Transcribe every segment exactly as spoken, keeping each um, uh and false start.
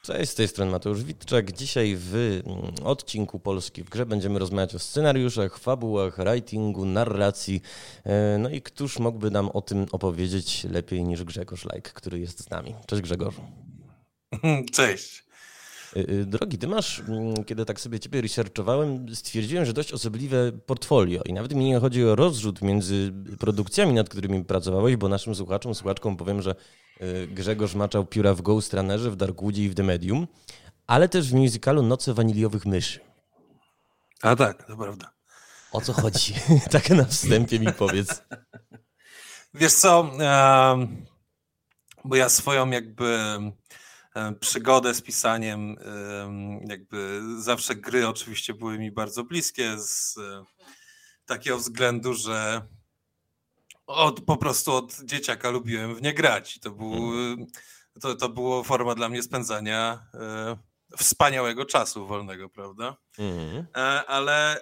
Cześć, z tej strony Mateusz Witczak. Dzisiaj w odcinku Polski w grze będziemy rozmawiać o scenariuszach, fabułach, writingu, narracji. No i któż mógłby nam o tym opowiedzieć lepiej niż Grzegorz Lajk, który jest z nami. Cześć Grzegorzu. Cześć. Drogi, ty masz, kiedy tak sobie ciebie researchowałem, stwierdziłem, że dość osobliwe portfolio i nawet mi nie chodzi o rozrzut między produkcjami, nad którymi pracowałeś, bo naszym słuchaczom, słuchaczkom powiem, że Grzegorz maczał pióra w Ghost Runnerze, w Darkwoodzie i w The Medium, ale też w musicalu Noce waniliowych myszy. A tak, to prawda. O co chodzi? Tak na wstępie mi powiedz. Wiesz co, bo ja swoją jakby przygodę z pisaniem, jakby zawsze gry oczywiście były mi bardzo bliskie z takiego względu, że od, po prostu od dzieciaka lubiłem w nie grać. To, był, to, to było forma dla mnie spędzania wspaniałego czasu wolnego, prawda? Mhm. Ale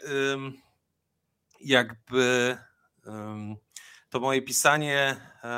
jakby to moje pisanie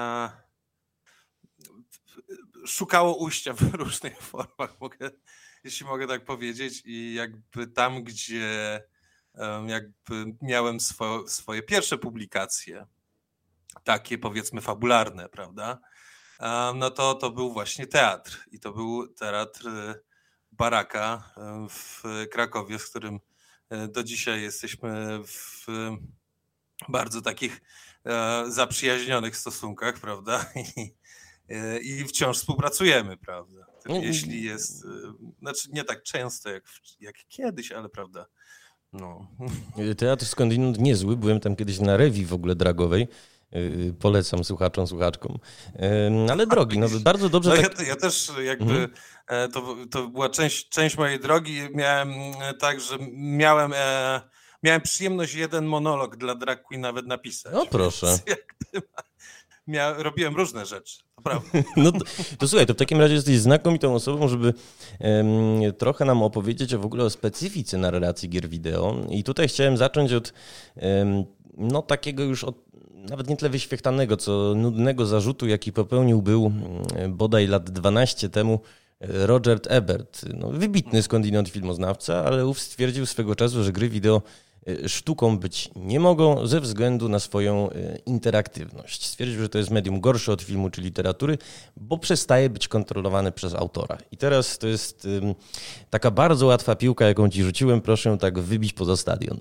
szukało ujścia w różnych formach, mogę, jeśli mogę tak powiedzieć, i jakby tam, gdzie jakby miałem swo, swoje pierwsze publikacje, takie powiedzmy fabularne, prawda, no to to był właśnie teatr i to był teatr Baraka w Krakowie, z którym do dzisiaj jesteśmy w bardzo takich zaprzyjaźnionych stosunkach, prawda, i I wciąż współpracujemy, prawda? Jeśli jest, znaczy nie tak często jak, jak kiedyś, ale prawda. No. Teatr skądinąd niezły. Byłem tam kiedyś na rewii w ogóle dragowej. Polecam słuchaczom, słuchaczkom. Ale drogi, no bardzo dobrze. No tak... ja, ja też jakby, mhm. to, to była część, część mojej drogi. Miałem tak, że miałem, miałem przyjemność jeden monolog dla drag queen nawet napisać. O proszę. Jakby Mia, robiłem różne rzeczy, to prawda. No to, to słuchaj, to w takim razie jesteś znakomitą osobą, żeby um, trochę nam opowiedzieć o w ogóle o specyfice narracji gier wideo. I tutaj chciałem zacząć od um, no takiego już od, nawet nie tyle wyświechtanego, co nudnego zarzutu, jaki popełnił był um, bodaj lat dwanaście temu Roger Ebert. No, wybitny skądinąd filmoznawca, ale ów stwierdził swego czasu, że gry wideo sztuką być nie mogą ze względu na swoją interaktywność. Stwierdził, że to jest medium gorsze od filmu czy literatury, bo przestaje być kontrolowane przez autora. I teraz to jest taka bardzo łatwa piłka, jaką ci rzuciłem. Proszę ją tak wybić poza stadion.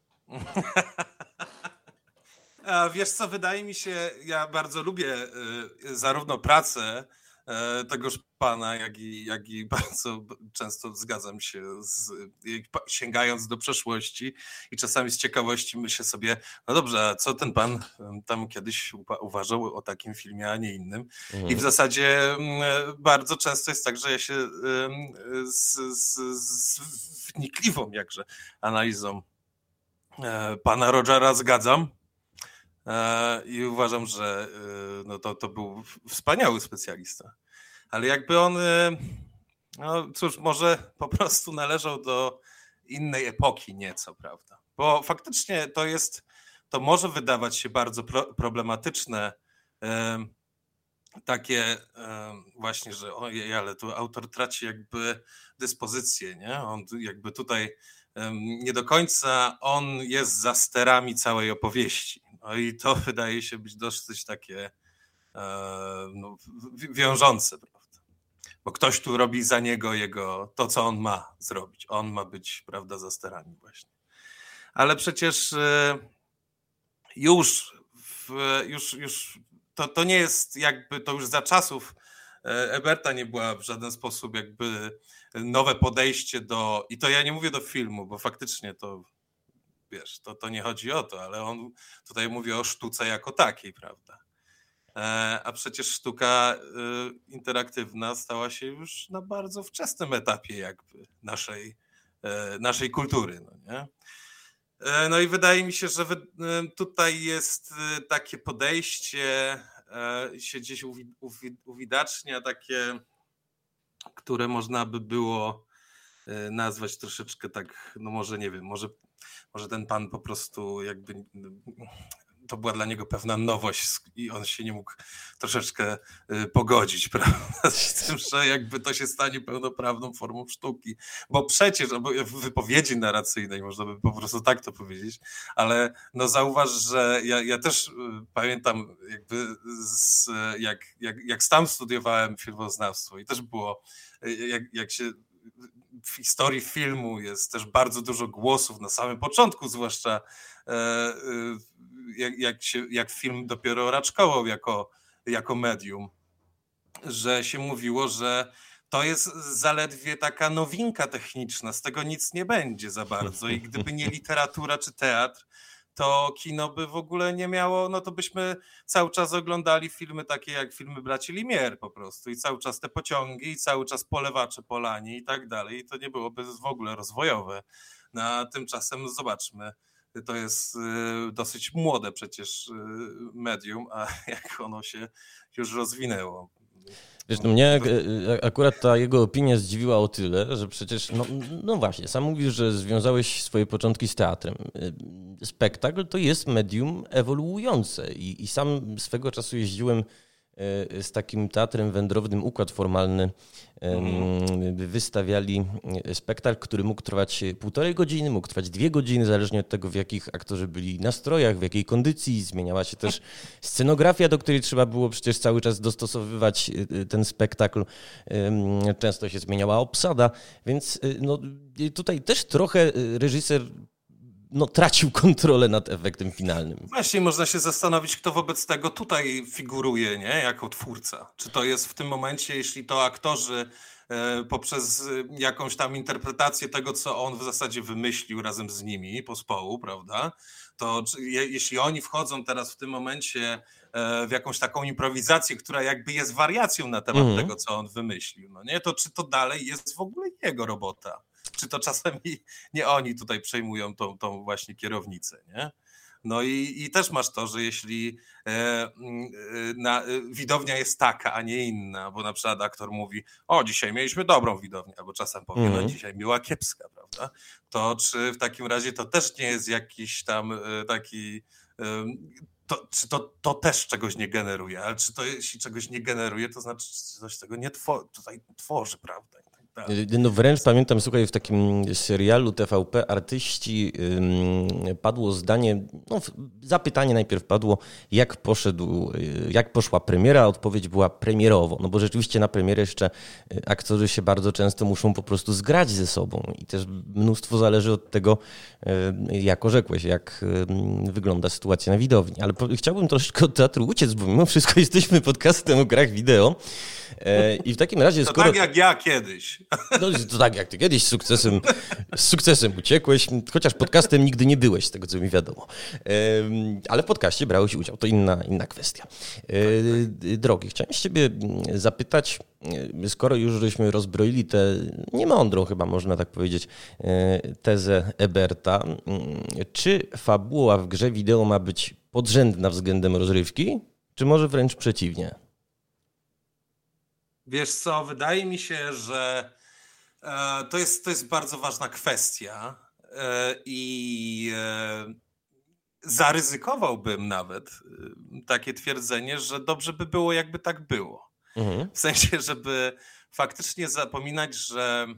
A wiesz co, wydaje mi się, ja bardzo lubię zarówno pracę tegoż pana, jak i, jak i bardzo często zgadzam się, z, sięgając do przeszłości i czasami z ciekawości myślę sobie, no dobrze, a co ten pan tam kiedyś uważał o takim filmie, a nie innym. Mhm. I w zasadzie bardzo często jest tak, że ja się z, z, z wnikliwą jakże analizą pana Rogera zgadzam. I uważam, że no to, to był wspaniały specjalista. Ale jakby on, no cóż, może po prostu należał do innej epoki nieco, prawda? Bo faktycznie to jest, to może wydawać się bardzo pro, problematyczne, takie właśnie, że ojej, ale tu autor traci jakby dyspozycję, nie? On jakby tutaj nie do końca on jest za sterami całej opowieści. No i to wydaje się być dosyć takie no, wiążące, prawda? Bo ktoś tu robi za niego jego to, co on ma zrobić. On ma być, prawda, za sterami właśnie. Ale przecież już, już, już to, to nie jest jakby, to już za czasów Eberta nie była w żaden sposób jakby nowe podejście do, i to ja nie mówię do filmu, bo faktycznie to wiesz, to, to nie chodzi o to, ale on tutaj mówi o sztuce jako takiej, prawda? A przecież sztuka interaktywna stała się już na bardzo wczesnym etapie jakby naszej, naszej kultury, no nie? No i wydaje mi się, że tutaj jest takie podejście, się gdzieś uwidacznia, takie, które można by było nazwać troszeczkę tak, no może nie wiem, może, może ten pan po prostu jakby to była dla niego pewna nowość i on się nie mógł troszeczkę pogodzić, prawda, z tym, że jakby to się stanie pełnoprawną formą sztuki. Bo przecież w wypowiedzi narracyjnej można by po prostu tak to powiedzieć, ale no zauważ, że ja, ja też pamiętam jakby z, jak, jak, jak sam studiowałem filmoznawstwo i też było, jak, jak się w historii filmu jest też bardzo dużo głosów na samym początku, zwłaszcza jak, jak, się, jak film dopiero raczkował jako, jako medium, że się mówiło, że to jest zaledwie taka nowinka techniczna, z tego nic nie będzie za bardzo i gdyby nie literatura czy teatr, to kino by w ogóle nie miało, no to byśmy cały czas oglądali filmy takie jak filmy braci Lumière po prostu i cały czas te pociągi i cały czas polewacze polani i tak dalej i to nie byłoby w ogóle rozwojowe. No, a tymczasem zobaczmy, to jest dosyć młode przecież medium, a jak ono się już rozwinęło. Wiesz, no mnie akurat ta jego opinia zdziwiła o tyle, że przecież, no, no właśnie, sam mówisz, że związałeś swoje początki z teatrem. Spektakl to jest medium ewoluujące i, i sam swego czasu jeździłem z takim teatrem wędrownym, Układ Formalny, mm. wystawiali spektakl, który mógł trwać półtorej godziny, mógł trwać dwie godziny, zależnie od tego, w jakich aktorzy byli nastrojach, w jakiej kondycji. Zmieniała się też scenografia, do której trzeba było przecież cały czas dostosowywać ten spektakl. Często się zmieniała obsada, więc no, tutaj też trochę reżyser no, tracił kontrolę nad efektem finalnym. Właśnie można się zastanowić, kto wobec tego tutaj figuruje, nie, jako twórca. Czy to jest w tym momencie, jeśli to aktorzy e, poprzez jakąś tam interpretację tego, co on w zasadzie wymyślił razem z nimi, pospołu, prawda, to czy, je, jeśli oni wchodzą teraz w tym momencie e, w jakąś taką improwizację, która jakby jest wariacją na temat mhm. tego, co on wymyślił, no nie, to czy to dalej jest w ogóle jego robota? Czy to czasami nie oni tutaj przejmują tą, tą właśnie kierownicę, nie? No i, i też masz to, że jeśli e, na, widownia jest taka, a nie inna, bo na przykład aktor mówi, o dzisiaj mieliśmy dobrą widownię, albo czasem powie, mm. no dzisiaj była kiepska, prawda? To czy w takim razie to też nie jest jakiś tam e, taki... E, to, czy to, to też czegoś nie generuje, ale czy to jeśli czegoś nie generuje, to znaczy, że coś tego nie tworzy, tutaj tworzy, prawda? No wręcz pamiętam, słuchaj, w takim serialu T V P Artyści ym, padło zdanie, no zapytanie najpierw padło, jak poszedł, jak poszła premiera, odpowiedź była premierowo, no bo rzeczywiście na premierę jeszcze aktorzy się bardzo często muszą po prostu zgrać ze sobą i też mnóstwo zależy od tego, jak orzekłeś, jak wygląda sytuacja na widowni, ale po, chciałbym troszeczkę od teatru uciec, bo mimo wszystko jesteśmy podcastem o grach wideo i w takim razie to skoro... tak jak ja kiedyś. No to tak jak ty kiedyś z sukcesem, z sukcesem uciekłeś, chociaż podcastem nigdy nie byłeś, z tego co mi wiadomo. Ale w podcaście brałeś udział, to inna, inna kwestia. Drogi, chciałem się ciebie zapytać, skoro już żeśmy rozbroili tę niemądrą chyba można tak powiedzieć tezę Eberta, czy fabuła w grze wideo ma być podrzędna względem rozrywki, czy może wręcz przeciwnie? Wiesz co, wydaje mi się, że e, to jest, to jest bardzo ważna kwestia e, i e, zaryzykowałbym nawet e, takie twierdzenie, że dobrze by było, jakby tak było. Mhm. W sensie, żeby faktycznie zapominać, że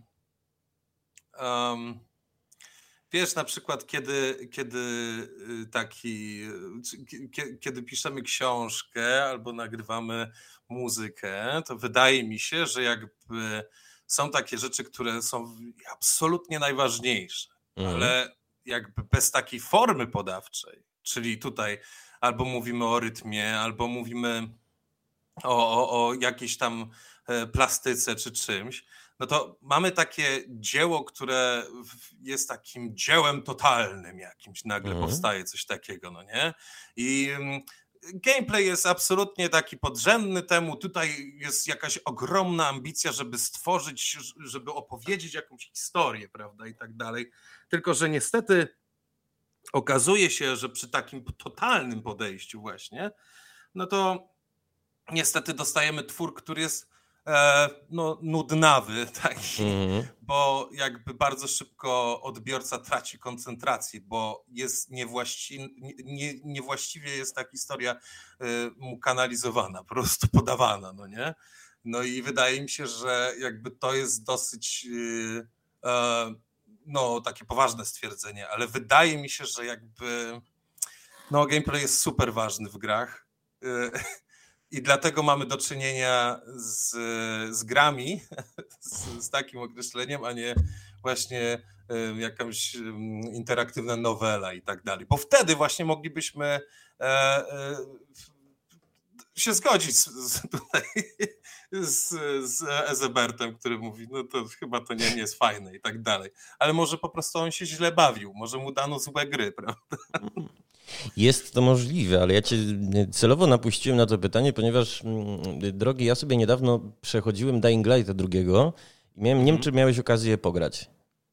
um, wiesz, na przykład kiedy, kiedy taki, kiedy piszemy książkę albo nagrywamy muzykę, to wydaje mi się, że jakby są takie rzeczy, które są absolutnie najważniejsze, mhm. ale jakby bez takiej formy podawczej, czyli tutaj albo mówimy o rytmie, albo mówimy o, o, o jakiejś tam plastyce czy czymś, no to mamy takie dzieło, które jest takim dziełem totalnym jakimś, nagle mhm. powstaje coś takiego, no nie? I gameplay jest absolutnie taki podrzędny temu, tutaj jest jakaś ogromna ambicja, żeby stworzyć, żeby opowiedzieć jakąś historię, prawda, i tak dalej, tylko że niestety okazuje się, że przy takim totalnym podejściu właśnie, no to niestety dostajemy twór, który jest e, no, nudnawy taki, Mhm. bo jakby bardzo szybko odbiorca traci koncentrację, bo jest niewłaści, nie, niewłaściwie jest ta historia e, mu kanalizowana, po prostu podawana, no nie? No i wydaje mi się, że jakby to jest dosyć e, e, no takie poważne stwierdzenie, ale wydaje mi się, że jakby no gameplay jest super ważny w grach e, i dlatego mamy do czynienia z, z grami, z, z takim określeniem, a nie właśnie y, jakaś y, interaktywna nowela i tak dalej. Bo wtedy właśnie moglibyśmy e, e, się zgodzić z, z, tutaj, z, z Ezebertem, który mówi, no to chyba to nie, nie jest fajne i tak dalej. Ale może po prostu on się źle bawił, może mu dano złe gry, prawda? Jest to możliwe, ale ja cię celowo napuściłem na to pytanie, ponieważ, drogi, ja sobie niedawno przechodziłem Dying Lighta drugiego i miałem, nie wiem, czy miałeś okazję je pograć.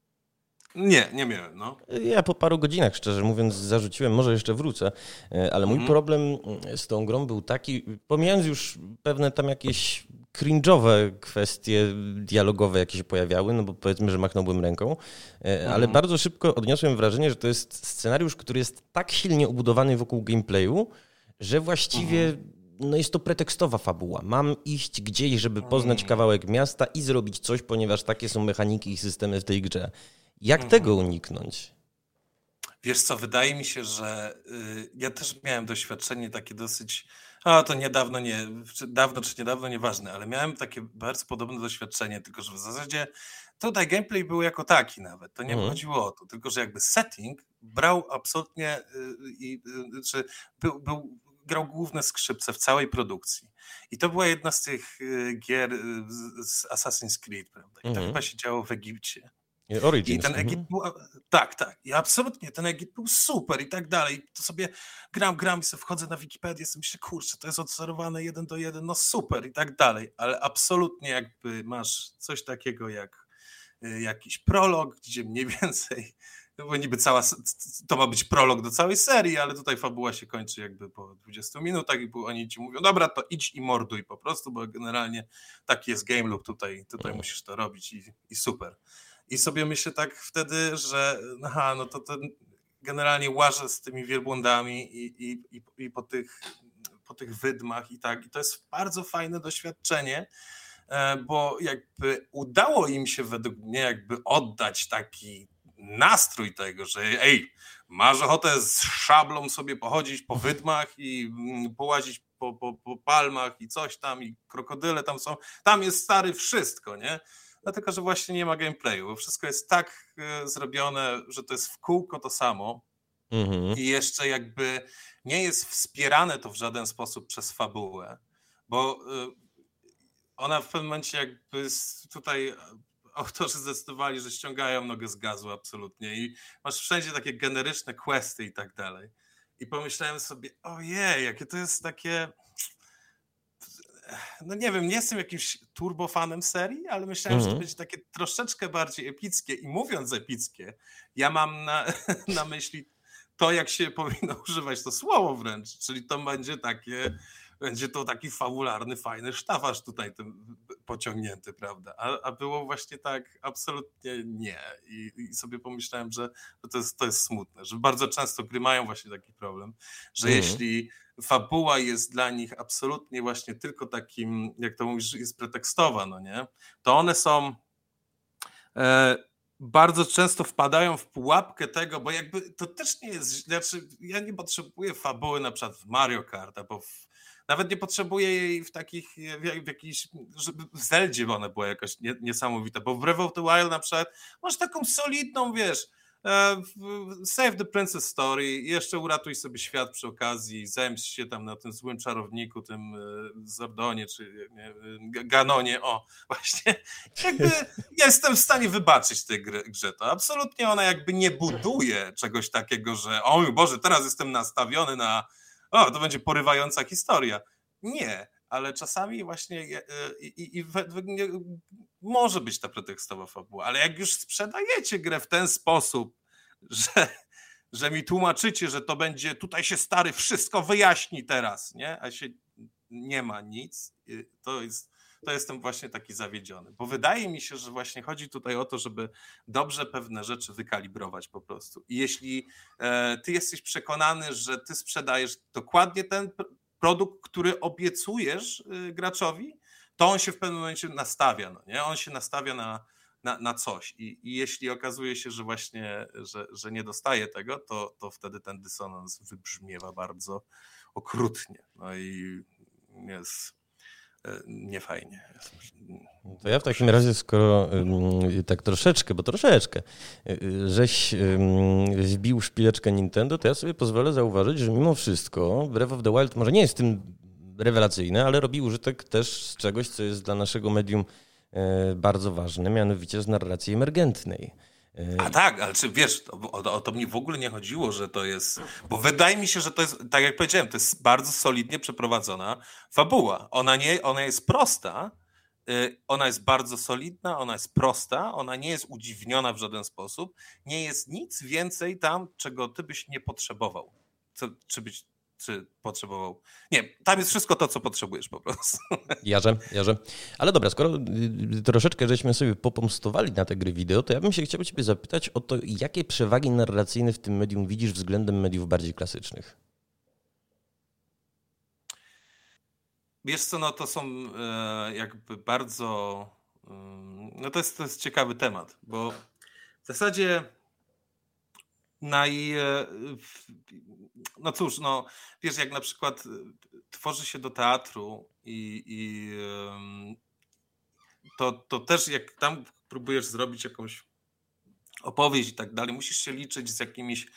Nie, nie miałem, no. Ja po paru godzinach, szczerze mówiąc, zarzuciłem, może jeszcze wrócę, ale mój Mhm. problem z tą grą był taki, pomijając już pewne tam jakieś cringe'owe kwestie dialogowe, jakie się pojawiały, no bo powiedzmy, że machnąłbym ręką, ale Mhm. bardzo szybko odniosłem wrażenie, że to jest scenariusz, który jest tak silnie ubudowany wokół gameplayu, że właściwie Mhm. no jest to pretekstowa fabuła. Mam iść gdzieś, żeby poznać kawałek miasta i zrobić coś, ponieważ takie są mechaniki i systemy w tej grze. Jak Mhm. tego uniknąć? Wiesz co, wydaje mi się, że y, ja też miałem doświadczenie takie dosyć, a to niedawno, nie, czy dawno czy niedawno, nieważne, ale miałem takie bardzo podobne doświadczenie, tylko że w zasadzie tutaj gameplay był jako taki nawet, to nie Mhm. chodziło o to, tylko że jakby setting brał absolutnie, y, i y, czy był, był, grał główne skrzypce w całej produkcji. I to była jedna z tych y, gier y, z, z Assassin's Creed, prawda? I to Mhm. chyba się działo w Egipcie. I Origins. ten Egipt Mhm. był, tak, tak, i absolutnie ten Egipt był super i tak dalej. To sobie gram, gram i sobie wchodzę na Wikipedię, sobie myślę, kurczę, to jest odwzorowane jeden do jeden, no super i tak dalej, ale absolutnie jakby masz coś takiego jak y, jakiś prolog, gdzie mniej więcej, no bo niby cała, to ma być prolog do całej serii, ale tutaj fabuła się kończy jakby po dwudziestu minutach i oni ci mówią, dobra, to idź i morduj po prostu, bo generalnie taki jest game loop, tutaj, tutaj musisz to robić i, i super. I sobie myślę tak wtedy, że aha, no to ten generalnie łażę z tymi wielbłądami i, i, i, i po, tych, po tych wydmach i tak. I to jest bardzo fajne doświadczenie, bo jakby udało im się według mnie jakby oddać taki nastrój tego, że ej, masz ochotę z szablą sobie pochodzić po wydmach i połazić po, po, po palmach i coś tam i krokodyle tam są. Tam jest stary wszystko, nie? Dlatego, że właśnie nie ma gameplayu, bo wszystko jest tak y, zrobione, że to jest w kółko to samo Mhm. i jeszcze jakby nie jest wspierane to w żaden sposób przez fabułę, bo y, ona w pewnym momencie jakby tutaj autorzy zdecydowali, że ściągają nogę z gazu absolutnie i masz wszędzie takie generyczne questy i tak dalej. I pomyślałem sobie, ojej, jakie to jest takie... No nie wiem, nie jestem jakimś turbofanem serii, ale myślałem, że to Mhm. będzie takie troszeczkę bardziej epickie i mówiąc epickie, ja mam na, na myśli to, jak się powinno używać to słowo wręcz, czyli to będzie takie, będzie to taki fabularny, fajny sztafaż tutaj tym pociągnięty, prawda? A, a było właśnie tak absolutnie nie. I, i sobie pomyślałem, że to jest, to jest smutne, że bardzo często gry mają właśnie taki problem, że Mhm. jeśli fabuła jest dla nich absolutnie właśnie tylko takim, jak to mówisz, jest pretekstowa, no nie? To one są e, bardzo często wpadają w pułapkę tego, bo jakby to też nie jest, znaczy ja nie potrzebuję fabuły na przykład w Mario Kart, bo w, nawet nie potrzebuję jej w takich, w, w jakiejś, żeby w Zeldzie ona była jakoś nie, niesamowita, bo w Breath of the Wild na przykład masz taką solidną, wiesz, Save the Princess Story, jeszcze uratuj sobie świat przy okazji, zemść się tam na tym złym czarowniku, tym Zordonie czy nie, Ganonie, o właśnie, jakby jestem w stanie wybaczyć tej grze to. Absolutnie ona jakby nie buduje czegoś takiego, że o mój Boże, teraz jestem nastawiony na o, to będzie porywająca historia. Nie, ale czasami właśnie i, i, i według mnie może być ta pretekstowa fabuła, ale jak już sprzedajecie grę w ten sposób, że, że mi tłumaczycie, że to będzie, tutaj się stary wszystko wyjaśni teraz, nie? A się nie ma nic, to jest, to jestem właśnie taki zawiedziony. Bo wydaje mi się, że właśnie chodzi tutaj o to, żeby dobrze pewne rzeczy wykalibrować po prostu. I jeśli e, ty jesteś przekonany, że ty sprzedajesz dokładnie ten produkt, który obiecujesz y, graczowi, to on się w pewnym momencie nastawia, no nie? On się nastawia na, na, na coś. I, I jeśli okazuje się, że właśnie, że, że nie dostaje tego, to, to wtedy ten dysonans wybrzmiewa bardzo okrutnie. No i jest niefajnie. To ja w takim razie, skoro y, tak troszeczkę, bo troszeczkę, y, żeś y, wbił szpileczkę Nintendo, to ja sobie pozwolę zauważyć, że mimo wszystko Breath of the Wild może nie jest tym rewelacyjne, ale robi użytek też z czegoś, co jest dla naszego medium y, bardzo ważne, mianowicie z narracji emergentnej. A tak, ale czy wiesz, o, o to mi w ogóle nie chodziło, że to jest, bo wydaje mi się, że to jest, tak jak powiedziałem, to jest bardzo solidnie przeprowadzona fabuła. Ona nie, ona jest prosta, yy, ona jest bardzo solidna, ona jest prosta, ona nie jest udziwniona w żaden sposób, nie jest nic więcej tam, czego ty byś nie potrzebował. Co, czy byś czy potrzebował. Nie, tam jest wszystko to, co potrzebujesz po prostu. Jarze, jarze. Ale dobra, skoro troszeczkę żeśmy sobie popomstowali na te gry wideo, to ja bym się chciał ciebie zapytać o to, jakie przewagi narracyjne w tym medium widzisz względem mediów bardziej klasycznych? Wiesz co, no to są e, jakby bardzo... E, no to jest, to jest ciekawy temat, bo w zasadzie naj... E, no cóż, no wiesz, jak na przykład tworzy się do teatru i, i e, to, to też jak tam próbujesz zrobić jakąś opowieść i tak dalej, musisz się liczyć z jakimiś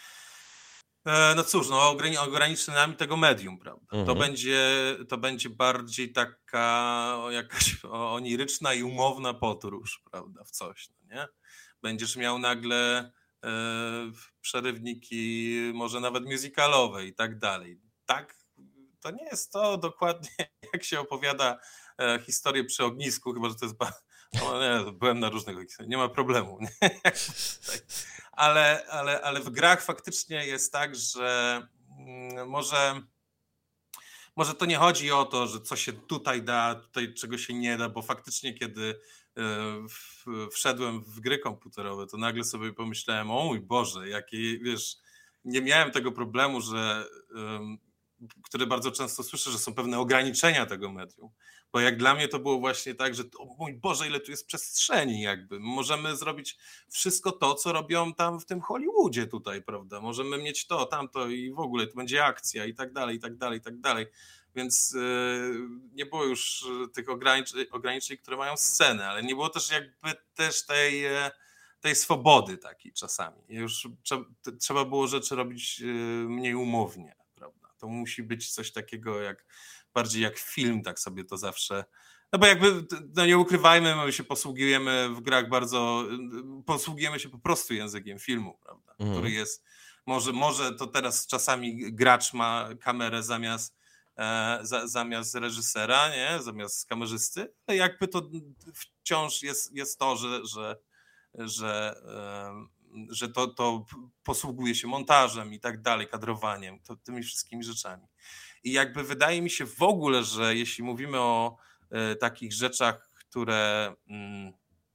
no cóż, no ograniczeniami tego medium, prawda? Mhm. To będzie, to będzie bardziej taka jakaś oniryczna i umowna podróż, prawda, w coś, no nie? Będziesz miał nagle e, przerywniki, może nawet musicalowe i tak dalej. Tak, to nie jest to dokładnie, jak się opowiada e, historię przy ognisku, chyba że to jest... Ba- no, nie, byłem na różnych, nie ma problemu. Nie? Ale, ale, ale w grach faktycznie jest tak, że może, może to nie chodzi o to, że co się tutaj da, tutaj czego się nie da, bo faktycznie kiedy wszedłem w gry komputerowe, to nagle sobie pomyślałem, o mój Boże, jakie, wiesz, nie miałem tego problemu, że które bardzo często słyszę, że są pewne ograniczenia tego medium. Bo jak dla mnie to było właśnie tak, że o mój Boże, ile tu jest przestrzeni jakby. Możemy zrobić wszystko to, co robią tam w tym Hollywoodzie tutaj, prawda? Możemy mieć to, tamto i w ogóle tu będzie akcja i tak dalej, i tak dalej, i tak dalej. Więc yy, nie było już tych ograniczeń, ograniczeń, które mają scenę, ale nie było też jakby też tej, tej swobody takiej czasami. Już trzeba, trzeba było rzeczy robić mniej umownie, prawda? To musi być coś takiego jak bardziej jak film, tak sobie to zawsze... No bo jakby, no nie ukrywajmy, my się posługujemy w grach bardzo... Posługujemy się po prostu językiem filmu, prawda? Mm. Który jest... Może, może to teraz czasami gracz ma kamerę zamiast, e, za, zamiast reżysera, nie? Zamiast kamerzysty, ale jakby to wciąż jest, jest to, że, że, że, e, że to, to posługuje się montażem i tak dalej, kadrowaniem, to, tymi wszystkimi rzeczami. I jakby wydaje mi się w ogóle, że jeśli mówimy o y, takich rzeczach, które y,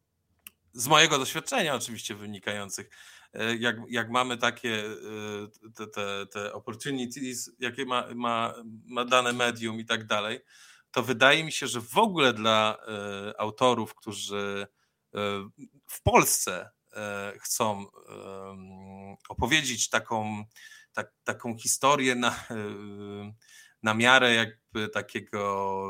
z mojego doświadczenia oczywiście wynikających, y, jak, jak mamy takie y, te, te, te opportunities, jakie ma, ma, ma dane medium i tak dalej, to wydaje mi się, że w ogóle dla y, autorów, którzy y, w Polsce y, chcą y, opowiedzieć taką, tak, taką historię na... Y, na miarę jakby takiego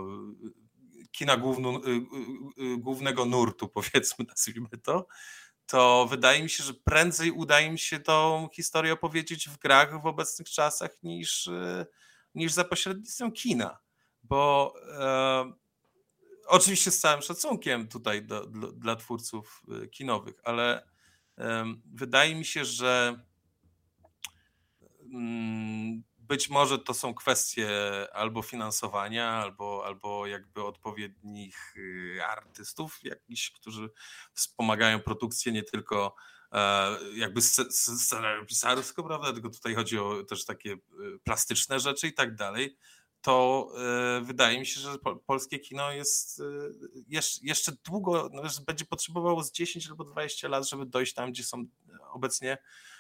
kina główno, głównego nurtu, powiedzmy, nazwijmy to, to wydaje mi się, że prędzej uda im się tą historię opowiedzieć w grach w obecnych czasach niż, niż za pośrednictwem kina. Bo e, oczywiście z całym szacunkiem tutaj do, do, dla twórców kinowych, ale e, wydaje mi się, że mm, być może to są kwestie albo finansowania, albo, albo jakby odpowiednich artystów jakichś, którzy wspomagają produkcję nie tylko jakby scenariopisarsko, prawda, tylko tutaj chodzi o też takie plastyczne rzeczy i tak dalej. to wydaje mi się, że polskie kino jest jeszcze długo, no, będzie potrzebowało z dziesięć albo dwadzieścia lat, żeby dojść tam, gdzie są obecnie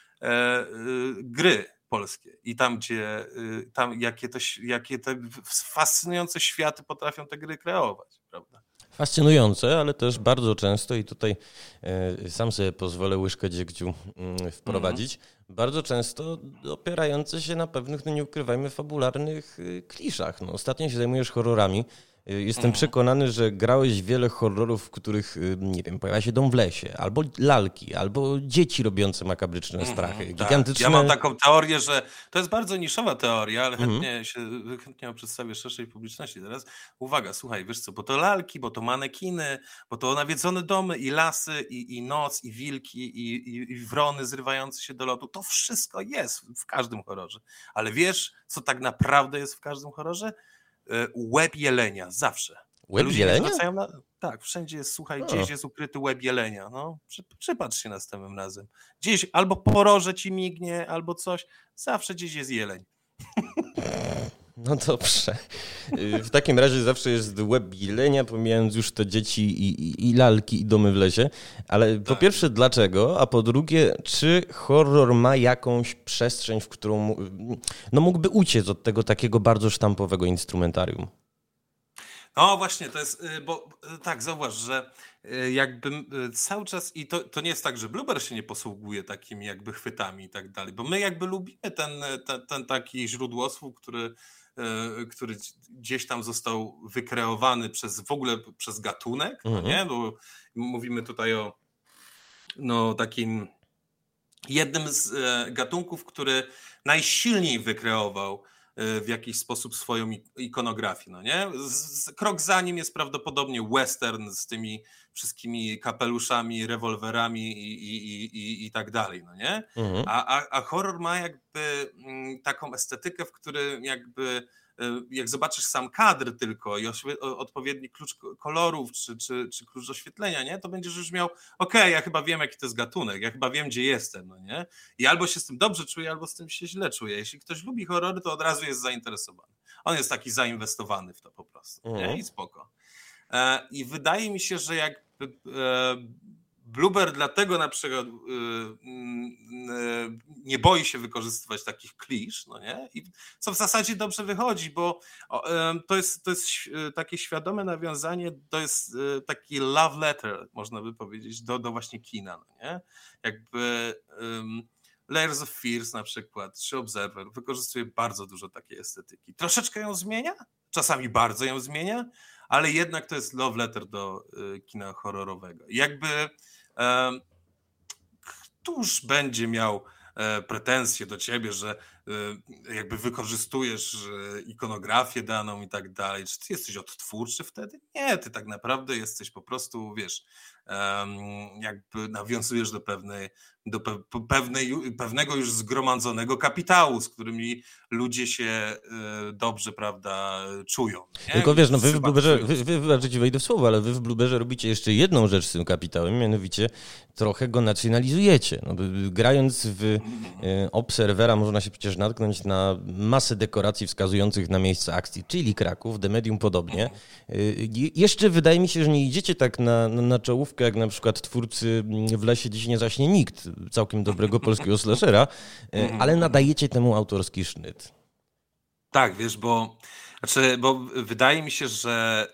gry polskie i tam, gdzie tam jakie, to, jakie te fascynujące światy potrafią te gry kreować, prawda? Fascynujące, ale też bardzo często, i tutaj e, sam sobie pozwolę łyżkę dziegciu mm, wprowadzić, mm. bardzo często opierające się na pewnych, no nie ukrywajmy, fabularnych y, kliszach. No, ostatnio się zajmujesz horrorami. Jestem mhm. przekonany, że grałeś wiele horrorów, w których, nie wiem, pojawia się dom w lesie, albo lalki, albo dzieci robiące makabryczne mhm, strachy. Gigantyczne... Tak. Ja mam taką teorię, że to jest bardzo niszowa teoria, ale chętnie mhm. się chętnie ją przedstawię szerszej publiczności teraz. Uwaga, słuchaj, wiesz co, bo to lalki, bo to manekiny, bo to nawiedzone domy i lasy, i, i noc, i wilki, i, i, i wrony zrywające się do lotu. To wszystko jest w każdym horrorze. Ale wiesz, co tak naprawdę jest w każdym horrorze? Łeb jelenia, zawsze. Łeb jelenia? Na... Tak, wszędzie jest, słuchaj, o. gdzieś jest ukryty łeb jelenia. No, przy, przypatrz się następnym razem. Gdzieś albo poroże ci mignie, albo coś. Zawsze gdzieś jest jeleń. No dobrze. W takim razie zawsze jest łeb jelenia, pomijając już te dzieci i, i, i lalki i domy w lesie. Ale tak. Po pierwsze dlaczego, a po drugie, czy horror ma jakąś przestrzeń, w którą no mógłby uciec od tego takiego bardzo sztampowego instrumentarium? No właśnie, to jest, bo tak, zauważ, że jakby cały czas, i to, to nie jest tak, że Bloober się nie posługuje takimi jakby chwytami i tak dalej, bo my jakby lubimy ten, ten, ten taki źródłosłów, który który gdzieś tam został wykreowany przez w ogóle przez gatunek, no nie? Bo mówimy tutaj o no, takim jednym z gatunków, który najsilniej wykreował w jakiś sposób swoją ikonografię, no nie? Krok za nim jest prawdopodobnie western z tymi wszystkimi kapeluszami, rewolwerami i, i, i, i tak dalej, no nie? Mhm. A, a, a horror ma jakby taką estetykę, w której jakby jak zobaczysz sam kadr tylko i odpowiedni klucz kolorów czy, czy, czy klucz oświetlenia, nie? To będziesz już miał, okej, okay, ja chyba wiem, jaki to jest gatunek, ja chyba wiem, gdzie jestem, no nie? I albo się z tym dobrze czuję, albo z tym się źle czuję. Jeśli ktoś lubi horrory, to od razu jest zainteresowany. On jest taki zainwestowany w to po prostu, nie? I spoko. I wydaje mi się, że jakby Bloober dlatego na przykład nie boi się wykorzystywać takich klisz, no nie? I co w zasadzie dobrze wychodzi, bo to jest, to jest takie świadome nawiązanie, to jest taki love letter, można by powiedzieć, do, do właśnie kina, no nie? Jakby um, Layers of Fears na przykład, czy Observer wykorzystuje bardzo dużo takiej estetyki. Troszeczkę ją zmienia, czasami bardzo ją zmienia, ale jednak to jest love letter do y, kina horrorowego. Jakby e, któż będzie miał e, pretensje do ciebie, że e, jakby wykorzystujesz e, ikonografię daną i tak dalej. Czy ty jesteś odtwórczy wtedy? Nie, ty tak naprawdę jesteś po prostu, wiesz, e, jakby nawiązujesz do pewnej, do pe, pewnej, pewnego już zgromadzonego kapitału, z którymi ludzie się y, dobrze, prawda, czują. Nie? Tylko wiesz, no wy w Blooberze, wy, wy, wybaczcie ci wejdę w słowo, ale wy w Blooberze robicie jeszcze jedną rzecz z tym kapitałem, mianowicie trochę go nacjonalizujecie. No, grając w y, Obserwera można się przecież natknąć na masę dekoracji wskazujących na miejsce akcji, czyli Kraków, The Medium podobnie. Y, jeszcze wydaje mi się, że nie idziecie tak na, na, na czołówkę, jak na przykład twórcy W lesie dziś nie zaśnie nikt, całkiem dobrego polskiego slashera, ale nadajecie temu autorski sznyt. Tak, wiesz, bo, znaczy, bo wydaje mi się, że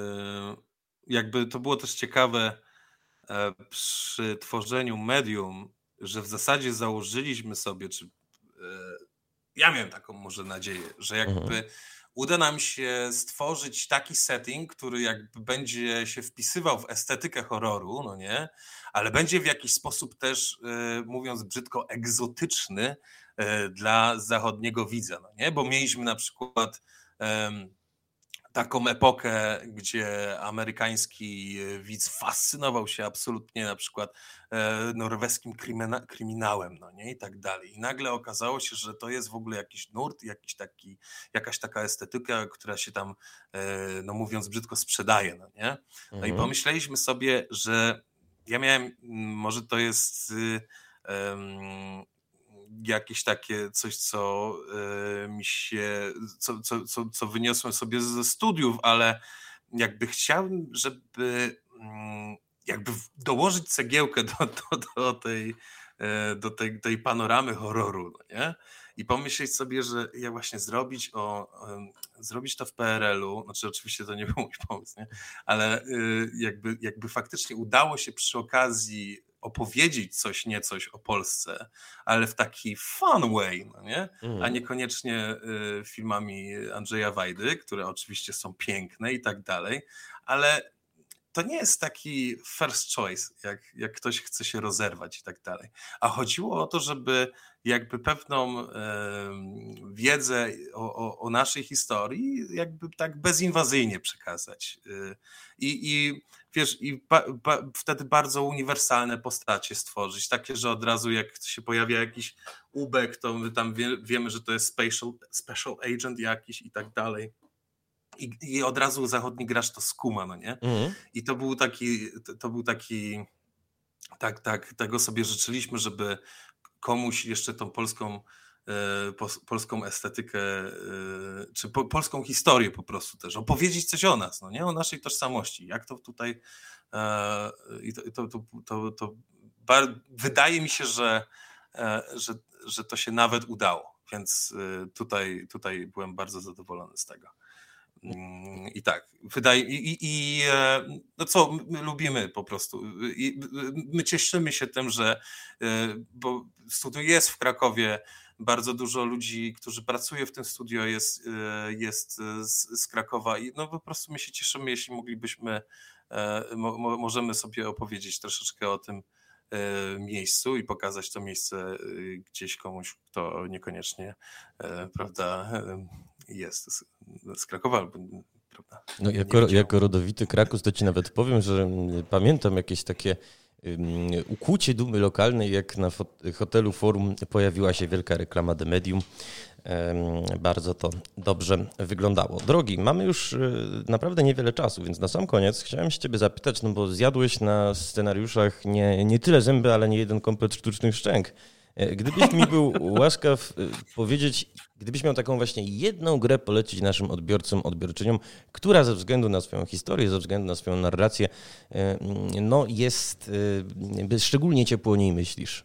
yy, jakby to było też ciekawe yy, przy tworzeniu Medium, że w zasadzie założyliśmy sobie, czy yy, ja miałem taką może nadzieję, że jakby mhm. uda nam się stworzyć taki setting, który jakby będzie się wpisywał w estetykę horroru, no nie? Ale będzie w jakiś sposób też, yy, mówiąc brzydko, egzotyczny yy, dla zachodniego widza, no nie? Bo mieliśmy na przykład yy, taką epokę, gdzie amerykański widz fascynował się absolutnie na przykład e, norweskim krymina, kryminałem, no nie, i tak dalej. I nagle okazało się, że to jest w ogóle jakiś nurt, jakiś taki, jakaś taka estetyka, która się tam, e, no mówiąc brzydko, sprzedaje, no nie. No mhm. i pomyśleliśmy sobie, że ja miałem, może to jest... Y, y, jakieś takie coś, co mi się, co, co, co, co wyniosłem sobie ze studiów, ale jakby chciałem, żeby jakby dołożyć cegiełkę do, do, do, tej, do tej, tej panoramy horroru, no nie? I pomyśleć sobie, że ja właśnie zrobić o, zrobić to w P R L-u, znaczy oczywiście to nie był mój pomysł, nie? Ale jakby, jakby faktycznie udało się przy okazji opowiedzieć coś, nie coś o Polsce, ale w taki fun way, no nie? Mm. A niekoniecznie filmami Andrzeja Wajdy, które oczywiście są piękne i tak dalej, ale to nie jest taki first choice, jak, jak ktoś chce się rozerwać i tak dalej. A chodziło o to, żeby jakby pewną e, wiedzę o, o, o naszej historii jakby tak bezinwazyjnie przekazać. I, i wiesz, i ba, ba, wtedy bardzo uniwersalne postacie stworzyć, takie, że od razu jak się pojawia jakiś ubek, to my tam wie, wiemy, że to jest special, special agent jakiś i tak dalej. I, I od razu zachodni gracz to skuma, no nie? Mhm. I to był taki, to, to był taki, tak, tak, tego sobie życzyliśmy, żeby komuś jeszcze tą polską, e, po, polską estetykę, e, czy po, polską historię po prostu też, opowiedzieć coś o nas, no nie? O naszej tożsamości. Jak to tutaj, e, i to, to, to, to, to bar, wydaje mi się, że, e, że, że to się nawet udało, więc e, tutaj, tutaj byłem bardzo zadowolony z tego. I tak, wydaje i, i no co, my lubimy po prostu. I my cieszymy się tym, że bo studio jest w Krakowie, bardzo dużo ludzi, którzy pracują w tym studio jest, jest z, z Krakowa i no po prostu my się cieszymy, jeśli moglibyśmy, mo, możemy sobie opowiedzieć troszeczkę o tym miejscu i pokazać to miejsce gdzieś komuś, kto niekoniecznie, prawda, jest z, z Krakowa albo, prawda. No jako, jako rodowity Krakus to ci nawet powiem, że pamiętam jakieś takie um, ukłucie dumy lokalnej, jak na hotelu Forum pojawiła się wielka reklama The Medium. Um, bardzo to dobrze wyglądało. Drogi, mamy już y, naprawdę niewiele czasu, więc na sam koniec chciałem się ciebie zapytać, no bo zjadłeś na scenariuszach nie, nie tyle zęby, ale nie jeden komplet sztucznych szczęk. Gdybyś mi był łaskaw powiedzieć, gdybyś miał taką właśnie jedną grę polecić naszym odbiorcom, odbiorczyniom, która ze względu na swoją historię, ze względu na swoją narrację, no jest, szczególnie ciepło o niej myślisz?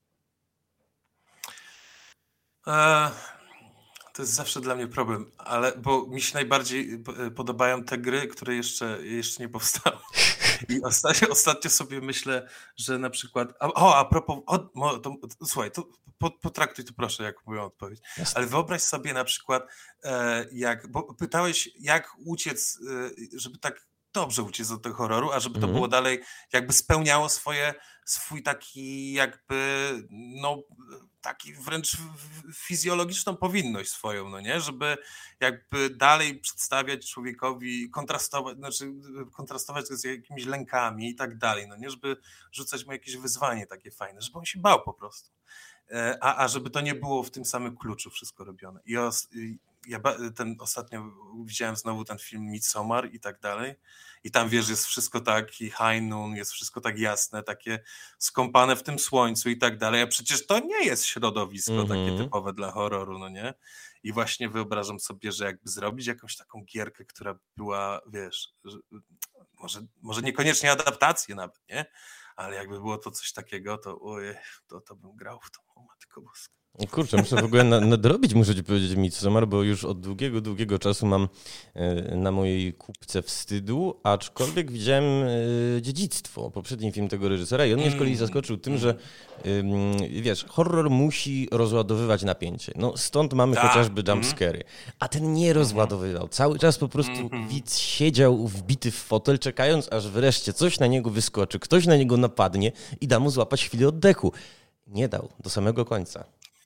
E, to jest zawsze dla mnie problem, ale bo mi się najbardziej podobają te gry, które jeszcze, jeszcze nie powstały. I ostatnio, ostatnio sobie myślę, że na przykład. O, a propos. O, to, słuchaj, to, potraktuj to proszę jak moją odpowiedź. Jasne. Ale wyobraź sobie na przykład, jak. Bo pytałeś, jak uciec, żeby tak dobrze uciec od tego horroru, a żeby to mm. było dalej, jakby spełniało swoje, swój taki, jakby. No. Taki wręcz fizjologiczną powinność swoją, no nie? Żeby jakby dalej przedstawiać człowiekowi, kontrastować, znaczy kontrastować z jakimiś lękami i tak dalej, no nie? Żeby rzucać mu jakieś wyzwanie takie fajne, żeby on się bał po prostu. A, a żeby to nie było w tym samym kluczu wszystko robione. I os, ja ten ostatnio widziałem znowu ten film Midsommar i tak dalej i tam wiesz, jest wszystko tak i high noon, jest wszystko tak jasne, takie skąpane w tym słońcu i tak dalej, a przecież to nie jest środowisko mm-hmm. takie typowe dla horroru, no nie? I właśnie wyobrażam sobie, że jakby zrobić jakąś taką gierkę, która była, wiesz, że, może, może niekoniecznie adaptację nawet, nie? Ale jakby było to coś takiego, to ojej, to, to bym grał w to, o matko boska. Kurczę, muszę w ogóle nadrobić, muszę ci powiedzieć, Midsommar, bo już od długiego, długiego czasu mam na mojej kupce wstydu, aczkolwiek widziałem Dziedzictwo, poprzedni film tego reżysera i on mnie z kolei zaskoczył tym, że wiesz, horror musi rozładowywać napięcie. No stąd mamy Ta. chociażby jumpscary, a ten nie rozładowywał. Cały czas po prostu widz siedział wbity w fotel, czekając, aż wreszcie coś na niego wyskoczy, ktoś na niego napadnie i da mu złapać chwilę oddechu. Nie dał do samego końca.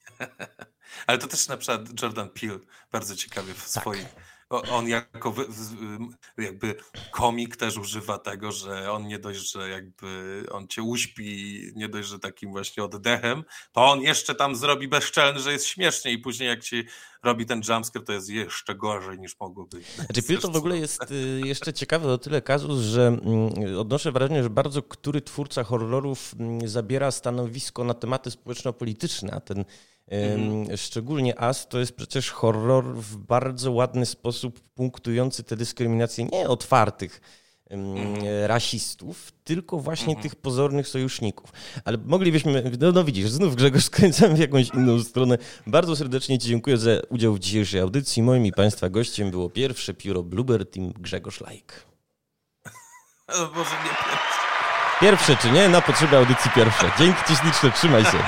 Ale to też na przykład Jordan Peele bardzo ciekawie w tak. swoich. On jako jakby komik też używa tego, że on nie dość, że jakby on cię uśpi, nie dość, że takim właśnie oddechem, to on jeszcze tam zrobi bezczelny, że jest śmiesznie i później jak ci robi ten jumpscare, to jest jeszcze gorzej niż mogło być. Znaczy Peele to w ogóle jest jeszcze ciekawy o tyle kazus, że odnoszę wrażenie, że bardzo który twórca horrorów zabiera stanowisko na tematy społeczno-polityczne, a ten Mhm. Szczególnie Us to jest przecież horror w bardzo ładny sposób punktujący tę dyskryminację nie otwartych rasistów, tylko właśnie mm-hmm. tych pozornych sojuszników. Ale moglibyśmy, no, no widzisz, znów Grzegorz skręcamy w jakąś inną stronę. Bardzo serdecznie Ci dziękuję za udział w dzisiejszej audycji. Moim i Państwa gościem było pierwsze pióro Bluebird Team Grzegorz Lajk. Może nie pierwsze. Pierwsze czy nie? Na potrzeby audycji pierwsze. Dzięki Ci śliczne, trzymaj się.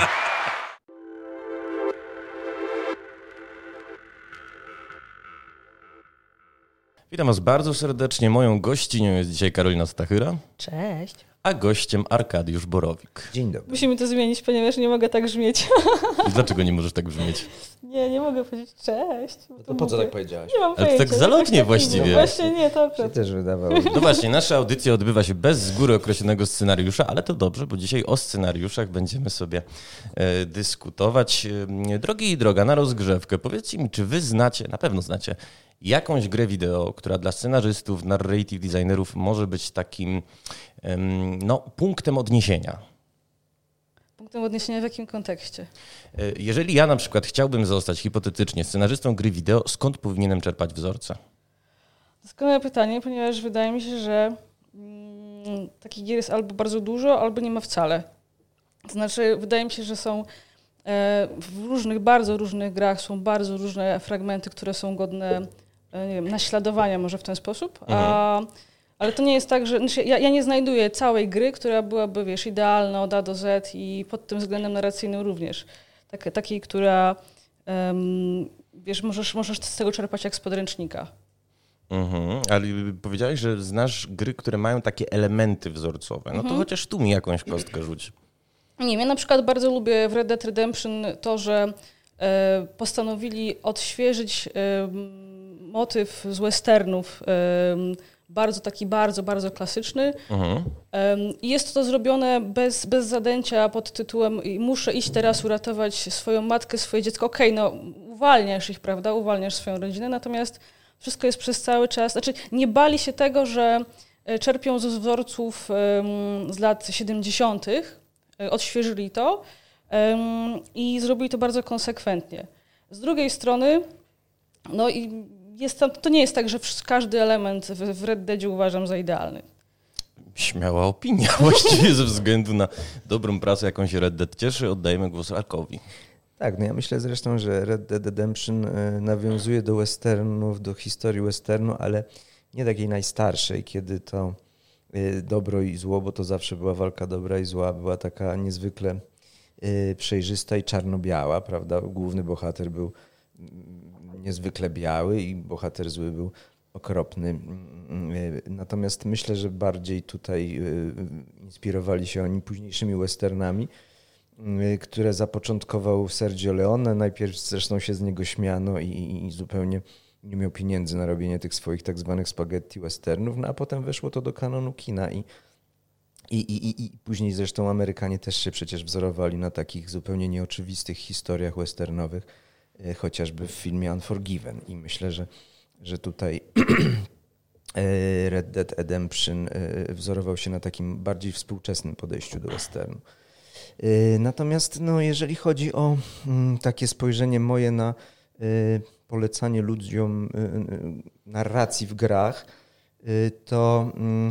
Witam Was bardzo serdecznie. Moją gościnią jest dzisiaj Karolina Stachyra. Cześć. A gościem Arkadiusz Borowik. Dzień dobry. Musimy to zmienić, ponieważ nie mogę tak brzmieć. I dlaczego nie możesz tak brzmieć? Nie, nie mogę powiedzieć cześć. No to po co tak powiedziałaś? Nie mam Ale pojęcia. to tak zalotnie tak właściwie. Nie, właśnie nie, to akurat. Się też wydawało. No właśnie, nasza audycja odbywa się bez z góry określonego scenariusza, ale to dobrze, bo dzisiaj o scenariuszach będziemy sobie e, dyskutować. E, drogi i droga, na rozgrzewkę, powiedzcie mi, czy wy znacie, na pewno znacie, jakąś grę wideo, która dla scenarzystów, narrative designerów może być takim no, punktem odniesienia? Punktem odniesienia w jakim kontekście? Jeżeli ja na przykład chciałbym zostać hipotetycznie scenarzystą gry wideo, skąd powinienem czerpać wzorce? Doskonałe pytanie, ponieważ wydaje mi się, że mm, takich gier jest albo bardzo dużo, albo nie ma wcale. To znaczy, wydaje mi się, że są e, w różnych, bardzo różnych grach są bardzo różne fragmenty, które są godne nie wiem, naśladowania może w ten sposób, mhm. a, ale to nie jest tak, że znaczy ja, ja nie znajduję całej gry, która byłaby, wiesz, idealna od A do Z i pod tym względem narracyjnym również. Tak, takiej, która, um, wiesz, możesz, możesz z tego czerpać jak z podręcznika. Mhm. Ale powiedziałeś, że znasz gry, które mają takie elementy wzorcowe. No to mhm. chociaż tu mi jakąś kostkę rzuć. Nie wiem, ja na przykład bardzo lubię w Red Dead Redemption to, że e, postanowili odświeżyć e, motyw z westernów, bardzo taki, bardzo, bardzo klasyczny. Mhm. I jest to zrobione bez, bez zadęcia pod tytułem muszę iść teraz uratować swoją matkę, swoje dziecko. Okej, okay, no uwalniasz ich, prawda, uwalniasz swoją rodzinę, natomiast wszystko jest przez cały czas, znaczy nie bali się tego, że czerpią ze wzorców z lat siedemdziesiątych, odświeżyli to i zrobili to bardzo konsekwentnie. Z drugiej strony, no i Jest tam, to nie jest tak, że każdy element w, w Red Deadzie uważam za idealny. Śmiała opinia właściwie ze względu na dobrą pracę, jaką się Red Dead cieszy. Oddajemy głos Arkowi. Tak, no ja myślę zresztą, że Red Dead Redemption nawiązuje do westernów, do historii westernu, ale nie takiej najstarszej, kiedy to dobro i zło, bo to zawsze była walka dobra i zła, była taka niezwykle przejrzysta i czarno-biała, prawda? Główny bohater był niezwykle biały i bohater zły był okropny. Natomiast myślę, że bardziej tutaj inspirowali się oni późniejszymi westernami, które zapoczątkował Sergio Leone. Najpierw zresztą się z niego śmiano i, i zupełnie nie miał pieniędzy na robienie tych swoich tak zwanych spaghetti westernów, no a potem weszło to do kanonu kina i, i, i, i później zresztą Amerykanie też się przecież wzorowali na takich zupełnie nieoczywistych historiach westernowych, chociażby w filmie Unforgiven. I myślę, że, że tutaj Red Dead Redemption wzorował się na takim bardziej współczesnym podejściu do westernu. Natomiast no, jeżeli chodzi o takie spojrzenie moje na polecanie ludziom narracji w grach, to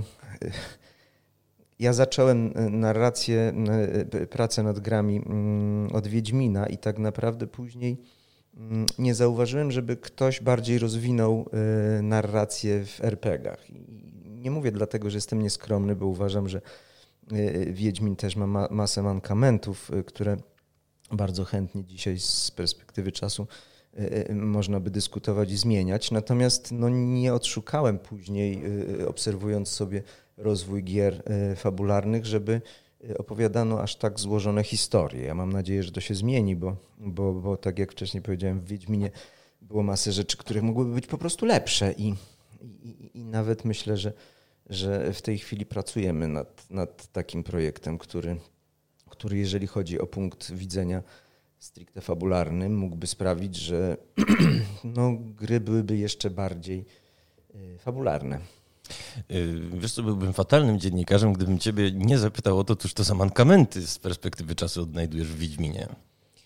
ja zacząłem narrację, pracę nad grami od Wiedźmina i tak naprawdę później nie zauważyłem, żeby ktoś bardziej rozwinął narrację w er pe gach. I nie mówię dlatego, że jestem nieskromny, bo uważam, że Wiedźmin też ma ma- masę mankamentów, które bardzo chętnie dzisiaj z perspektywy czasu można by dyskutować i zmieniać. Natomiast no, nie odszukałem później, obserwując sobie rozwój gier fabularnych, żeby opowiadano aż tak złożone historie. Ja mam nadzieję, że to się zmieni, bo, bo, bo tak jak wcześniej powiedziałem, w Wiedźminie było masę rzeczy, które mogłyby być po prostu lepsze i, i, i nawet myślę, że, że w tej chwili pracujemy nad, nad takim projektem, który, który jeżeli chodzi o punkt widzenia stricte fabularny, mógłby sprawić, że no, gry byłyby jeszcze bardziej fabularne. Wiesz co, byłbym fatalnym dziennikarzem, gdybym ciebie nie zapytał o to, cóż to za mankamenty z perspektywy czasu odnajdujesz w Wiedźminie.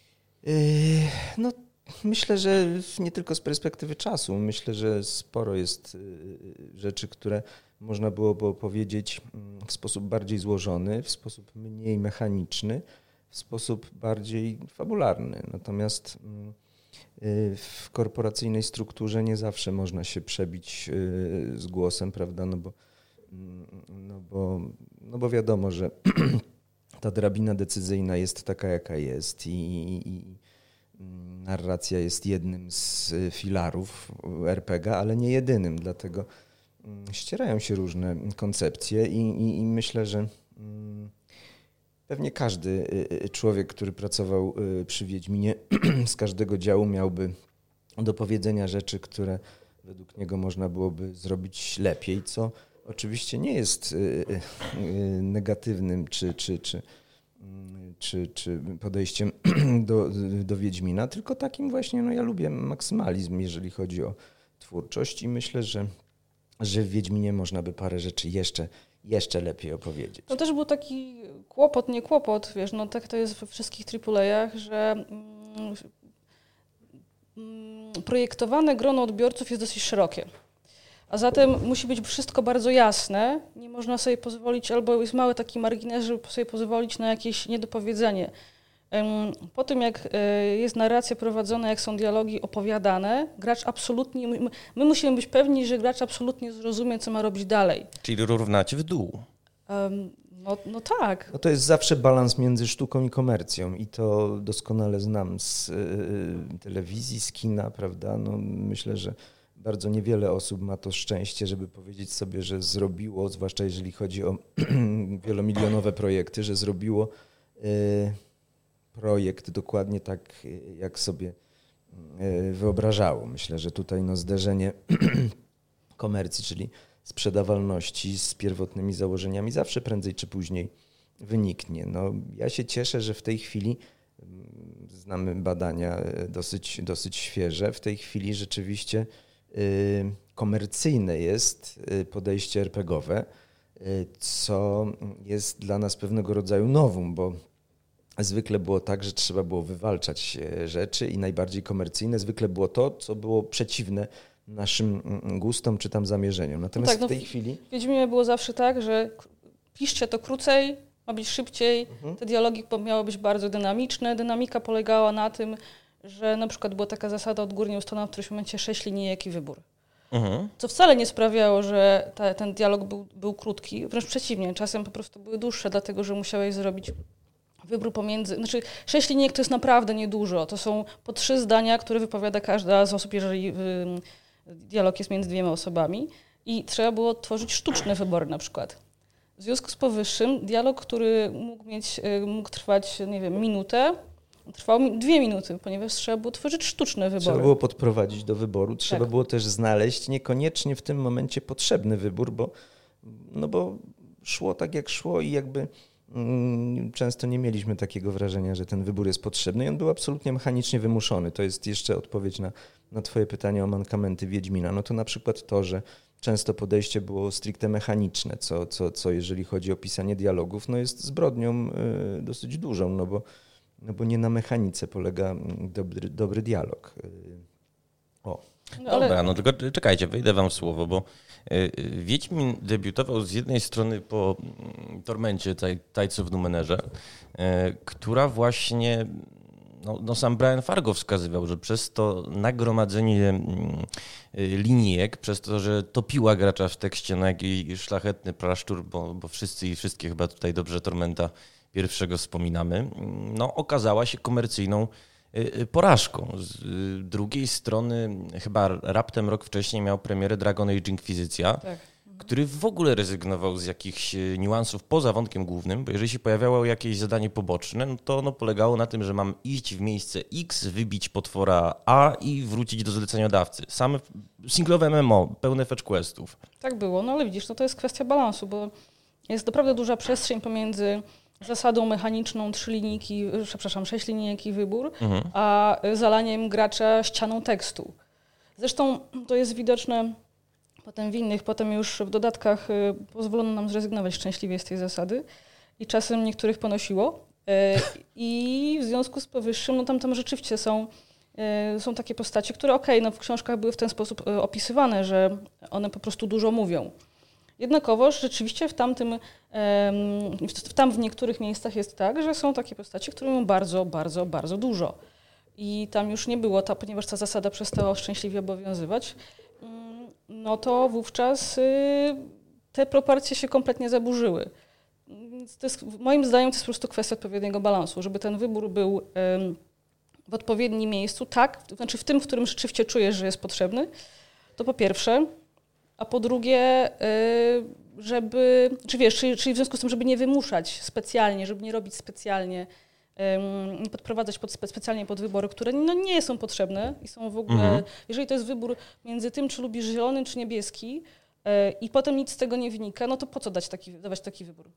No, myślę, że nie tylko z perspektywy czasu. Myślę, że sporo jest rzeczy, które można było powiedzieć w sposób bardziej złożony, w sposób mniej mechaniczny, w sposób bardziej fabularny. Natomiast w korporacyjnej strukturze nie zawsze można się przebić z głosem, prawda? No bo, no bo, no bo wiadomo, że ta drabina decyzyjna jest taka, jaka jest i, i narracja jest jednym z filarów er pe ga, ale nie jedynym, dlatego ścierają się różne koncepcje i, i, i myślę, że pewnie każdy człowiek, który pracował przy Wiedźminie z każdego działu miałby do powiedzenia rzeczy, które według niego można byłoby zrobić lepiej, co oczywiście nie jest negatywnym czy, czy, czy, czy, czy podejściem do, do Wiedźmina, tylko takim właśnie, no ja lubię maksymalizm, jeżeli chodzi o twórczość i myślę, że, że w Wiedźminie można by parę rzeczy jeszcze, jeszcze lepiej opowiedzieć. To też był taki kłopot, nie kłopot, wiesz, no tak to jest we wszystkich triplejach, że mm, projektowane grono odbiorców jest dosyć szerokie. A zatem musi być wszystko bardzo jasne. Nie można sobie pozwolić, albo jest mały taki margines, żeby sobie pozwolić na jakieś niedopowiedzenie. Po tym, jak jest narracja prowadzona, jak są dialogi opowiadane, gracz absolutnie, my musimy być pewni, że gracz absolutnie zrozumie, co ma robić dalej. Czyli równacie w dół. Um, no, no tak. No to jest zawsze balans między sztuką i komercją i to doskonale znam z y, telewizji, z kina, prawda? No, myślę, że bardzo niewiele osób ma to szczęście, żeby powiedzieć sobie, że zrobiło, zwłaszcza jeżeli chodzi o wielomilionowe projekty, że zrobiło y, projekt dokładnie tak, jak sobie y, wyobrażało. Myślę, że tutaj no, zderzenie komercji, czyli sprzedawalności z pierwotnymi założeniami zawsze prędzej czy później wyniknie. No, ja się cieszę, że w tej chwili znamy badania dosyć, dosyć świeże. W tej chwili rzeczywiście komercyjne jest podejście er pe gie owe, co jest dla nas pewnego rodzaju nowum, bo zwykle było tak, że trzeba było wywalczać rzeczy i najbardziej komercyjne zwykle było to, co było przeciwne naszym gustom czy tam zamierzeniom. Natomiast no tak, w tej no, chwili... W Wiedźminie było zawsze tak, że piszcie to krócej, ma być szybciej, mhm. te dialogi miały być bardzo dynamiczne. Dynamika polegała na tym, że na przykład była taka zasada odgórnie ustalona w którymś momencie sześć linijek i wybór. Mhm. Co wcale nie sprawiało, że ta, ten dialog był, był krótki, wręcz przeciwnie, czasem po prostu były dłuższe, dlatego że musiałeś zrobić wybór pomiędzy... Znaczy sześć linijek to jest naprawdę niedużo. To są po trzy zdania, które wypowiada każda z osób, jeżeli y, dialog jest między dwiema osobami i trzeba było tworzyć sztuczne wybory na przykład. W związku z powyższym dialog, który mógł mieć, y, mógł trwać, nie wiem, minutę, trwał dwie minuty, ponieważ trzeba było tworzyć sztuczne wybory. Trzeba było podprowadzić do wyboru, trzeba tak. było też znaleźć niekoniecznie w tym momencie potrzebny wybór, bo, no bo szło tak jak szło i jakby mm, często nie mieliśmy takiego wrażenia, że ten wybór jest potrzebny i on był absolutnie mechanicznie wymuszony. To jest jeszcze odpowiedź na, na twoje pytanie o mankamenty Wiedźmina. No to na przykład to, że często podejście było stricte mechaniczne, co, co, co jeżeli chodzi o pisanie dialogów, no jest zbrodnią y, dosyć dużą, no bo No bo nie na mechanice polega dobry, dobry dialog. O. No ale... Dobra, no tylko czekajcie, wejdę wam w słowo, bo Wiedźmin debiutował z jednej strony po Tormencie Tides of Numenerze, która właśnie, no, no sam Brian Fargo wskazywał, że przez to nagromadzenie linijek, przez to, że topiła gracza w tekście na jakiś szlachetny praszczur, bo, bo wszyscy i wszystkie chyba tutaj dobrze Tormenta pierwszego wspominamy, no okazała się komercyjną porażką. Z drugiej strony chyba raptem rok wcześniej miał premierę Dragon Age Inkwizycja, tak. który w ogóle rezygnował z jakichś niuansów poza wątkiem głównym, bo jeżeli się pojawiało jakieś zadanie poboczne, no to ono polegało na tym, że mam iść w miejsce X, wybić potwora A i wrócić do zleceniodawcy. Same singlowe M M O, pełne fetch questów. Tak było, no ale widzisz, no to jest kwestia balansu, bo jest naprawdę duża przestrzeń pomiędzy zasadą mechaniczną trzy linijki, przepraszam, sześć linijek i wybór, mhm. a zalaniem gracza ścianą tekstu. Zresztą to jest widoczne potem w innych, potem już w dodatkach pozwolono nam zrezygnować szczęśliwie z tej zasady i czasem niektórych ponosiło. I w związku z powyższym, no tam, tam rzeczywiście są, są takie postacie, które okej, okay, no w książkach były w ten sposób opisywane, że one po prostu dużo mówią. Jednakowoż rzeczywiście w tamtym, w tam w niektórych miejscach jest tak, że są takie postacie, które mówią bardzo, bardzo, bardzo dużo. I tam już nie było, ta, ponieważ ta zasada przestała szczęśliwie obowiązywać, no to wówczas te proporcje się kompletnie zaburzyły. To jest, moim zdaniem to jest po prostu kwestia odpowiedniego balansu, żeby ten wybór był w odpowiednim miejscu, tak, to znaczy w tym, w którym rzeczywiście czujesz, że jest potrzebny, to po pierwsze, a po drugie, żeby, czy wiesz, czyli, czyli w związku z tym, żeby nie wymuszać specjalnie, żeby nie robić specjalnie, nie podprowadzać pod, specjalnie pod wybory, które no, nie są potrzebne i są w ogóle, mhm. jeżeli to jest wybór między tym, czy lubisz zielony, czy niebieski i potem nic z tego nie wynika, no to po co dać taki, dawać taki wybór?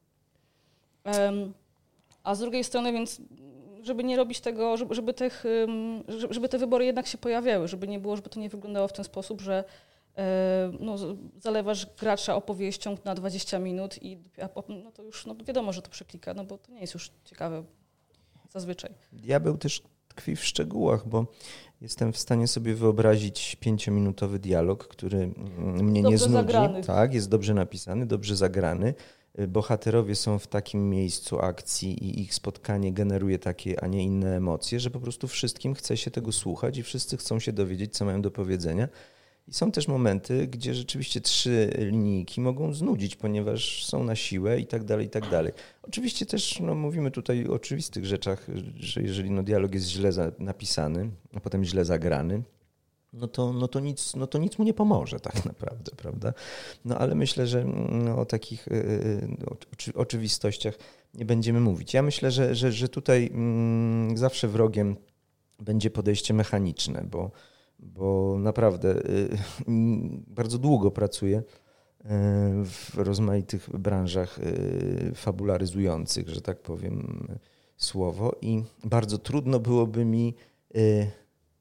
A z drugiej strony, więc żeby nie robić tego, żeby, żeby, tych, żeby te wybory jednak się pojawiały, żeby nie było, żeby to nie wyglądało w ten sposób, że no, zalewasz gracza opowieścią na dwadzieścia minut i no to już no, wiadomo, że to przeklika, no bo to nie jest już ciekawe zazwyczaj. Diabeł też tkwi w szczegółach, bo jestem w stanie sobie wyobrazić pięciominutowy dialog, który mnie dobrze nie znudzi. Zagrany. Tak, jest dobrze napisany, dobrze zagrany. Bohaterowie są w takim miejscu akcji i ich spotkanie generuje takie, a nie inne emocje, że po prostu wszystkim chce się tego słuchać i wszyscy chcą się dowiedzieć, co mają do powiedzenia. I są też momenty, gdzie rzeczywiście trzy linijki mogą znudzić, ponieważ są na siłę i tak dalej, i tak dalej. Oczywiście też no, mówimy tutaj o oczywistych rzeczach, że jeżeli no, dialog jest źle za, napisany, a potem źle zagrany, no to, no, to nic, no to nic mu nie pomoże tak naprawdę, prawda? No ale myślę, że no, o takich y, oczy, oczywistościach nie będziemy mówić. Ja myślę, że, że, że tutaj mm, zawsze wrogiem będzie podejście mechaniczne, bo bo naprawdę y, bardzo długo pracuję y, w rozmaitych branżach y, fabularyzujących, że tak powiem słowo, i bardzo trudno byłoby mi y,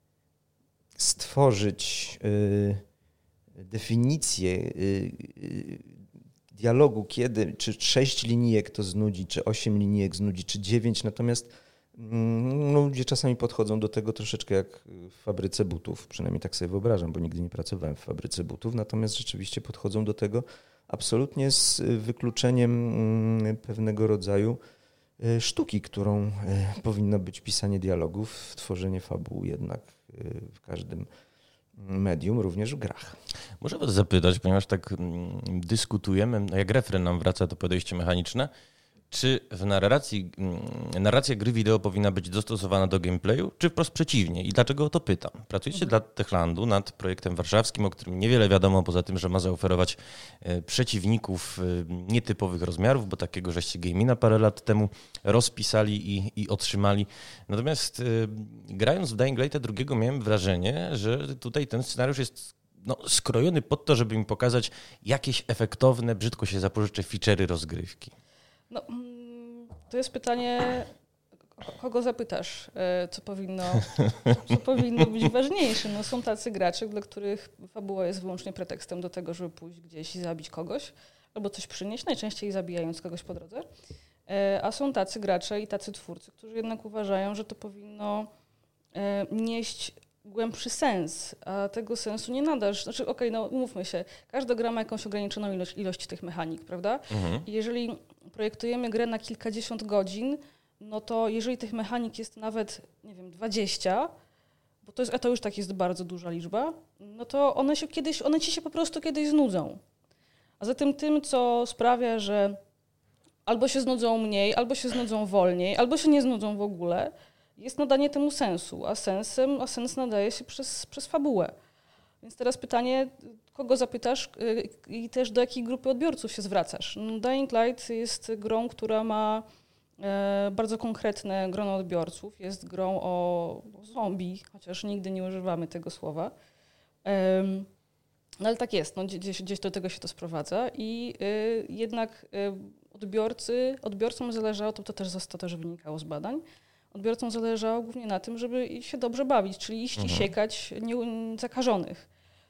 stworzyć y, definicję y, y, dialogu, kiedy, czy sześć linijek to znudzi, czy osiem linijek znudzi, czy dziewięć, natomiast no, ludzie czasami podchodzą do tego troszeczkę jak w fabryce butów, przynajmniej tak sobie wyobrażam, bo nigdy nie pracowałem w fabryce butów, natomiast rzeczywiście podchodzą do tego absolutnie z wykluczeniem pewnego rodzaju sztuki, którą powinno być pisanie dialogów, tworzenie fabuł jednak w każdym medium, również w grach. Muszę was zapytać, ponieważ tak dyskutujemy, jak refren nam wraca to podejście mechaniczne, czy w narracji, narracja gry wideo powinna być dostosowana do gameplayu, czy wprost przeciwnie? I dlaczego o to pytam? Pracujecie mhm. dla Techlandu nad projektem warszawskim, o którym niewiele wiadomo, poza tym, że ma zaoferować przeciwników nietypowych rozmiarów, bo takiego żeście Gamina parę lat temu rozpisali i, i otrzymali. Natomiast grając w Dying Lighta drugiego miałem wrażenie, że tutaj ten scenariusz jest no, skrojony pod to, żeby mi pokazać jakieś efektowne, brzydko się zapożyczę, feature'y rozgrywki. No, to jest pytanie, kogo zapytasz, co powinno, co powinno być ważniejsze. No, są tacy gracze, dla których fabuła jest wyłącznie pretekstem do tego, żeby pójść gdzieś i zabić kogoś, albo coś przynieść, najczęściej zabijając kogoś po drodze. A są tacy gracze i tacy twórcy, którzy jednak uważają, że to powinno nieść głębszy sens, a tego sensu nie nadasz. Znaczy, okej, okay, no umówmy się, każda gra ma jakąś ograniczoną ilość, ilość tych mechanik, prawda? Mhm. I jeżeli projektujemy grę na kilkadziesiąt godzin, no to jeżeli tych mechanik jest nawet, nie wiem, dwadzieścia, bo to jest, a to już tak jest bardzo duża liczba, no to one się kiedyś, one ci się po prostu kiedyś znudzą. A zatem tym, co sprawia, że albo się znudzą mniej, albo się znudzą wolniej, albo się nie znudzą w ogóle, jest nadanie temu sensu, a sensem, a sens nadaje się przez, przez fabułę. Więc teraz pytanie, kogo zapytasz i też do jakiej grupy odbiorców się zwracasz. No, Dying Light jest grą, która ma e, bardzo konkretne grono odbiorców. Jest grą o, o zombie, chociaż nigdy nie używamy tego słowa. E, no ale tak jest, no, gdzieś, gdzieś do tego się to sprowadza i e, jednak e, odbiorcy, odbiorcom zależało, to, to, też, to też wynikało z badań, odbiorcom zależało głównie na tym, żeby się dobrze bawić, czyli iść mhm. i siekać nie, zakażonych.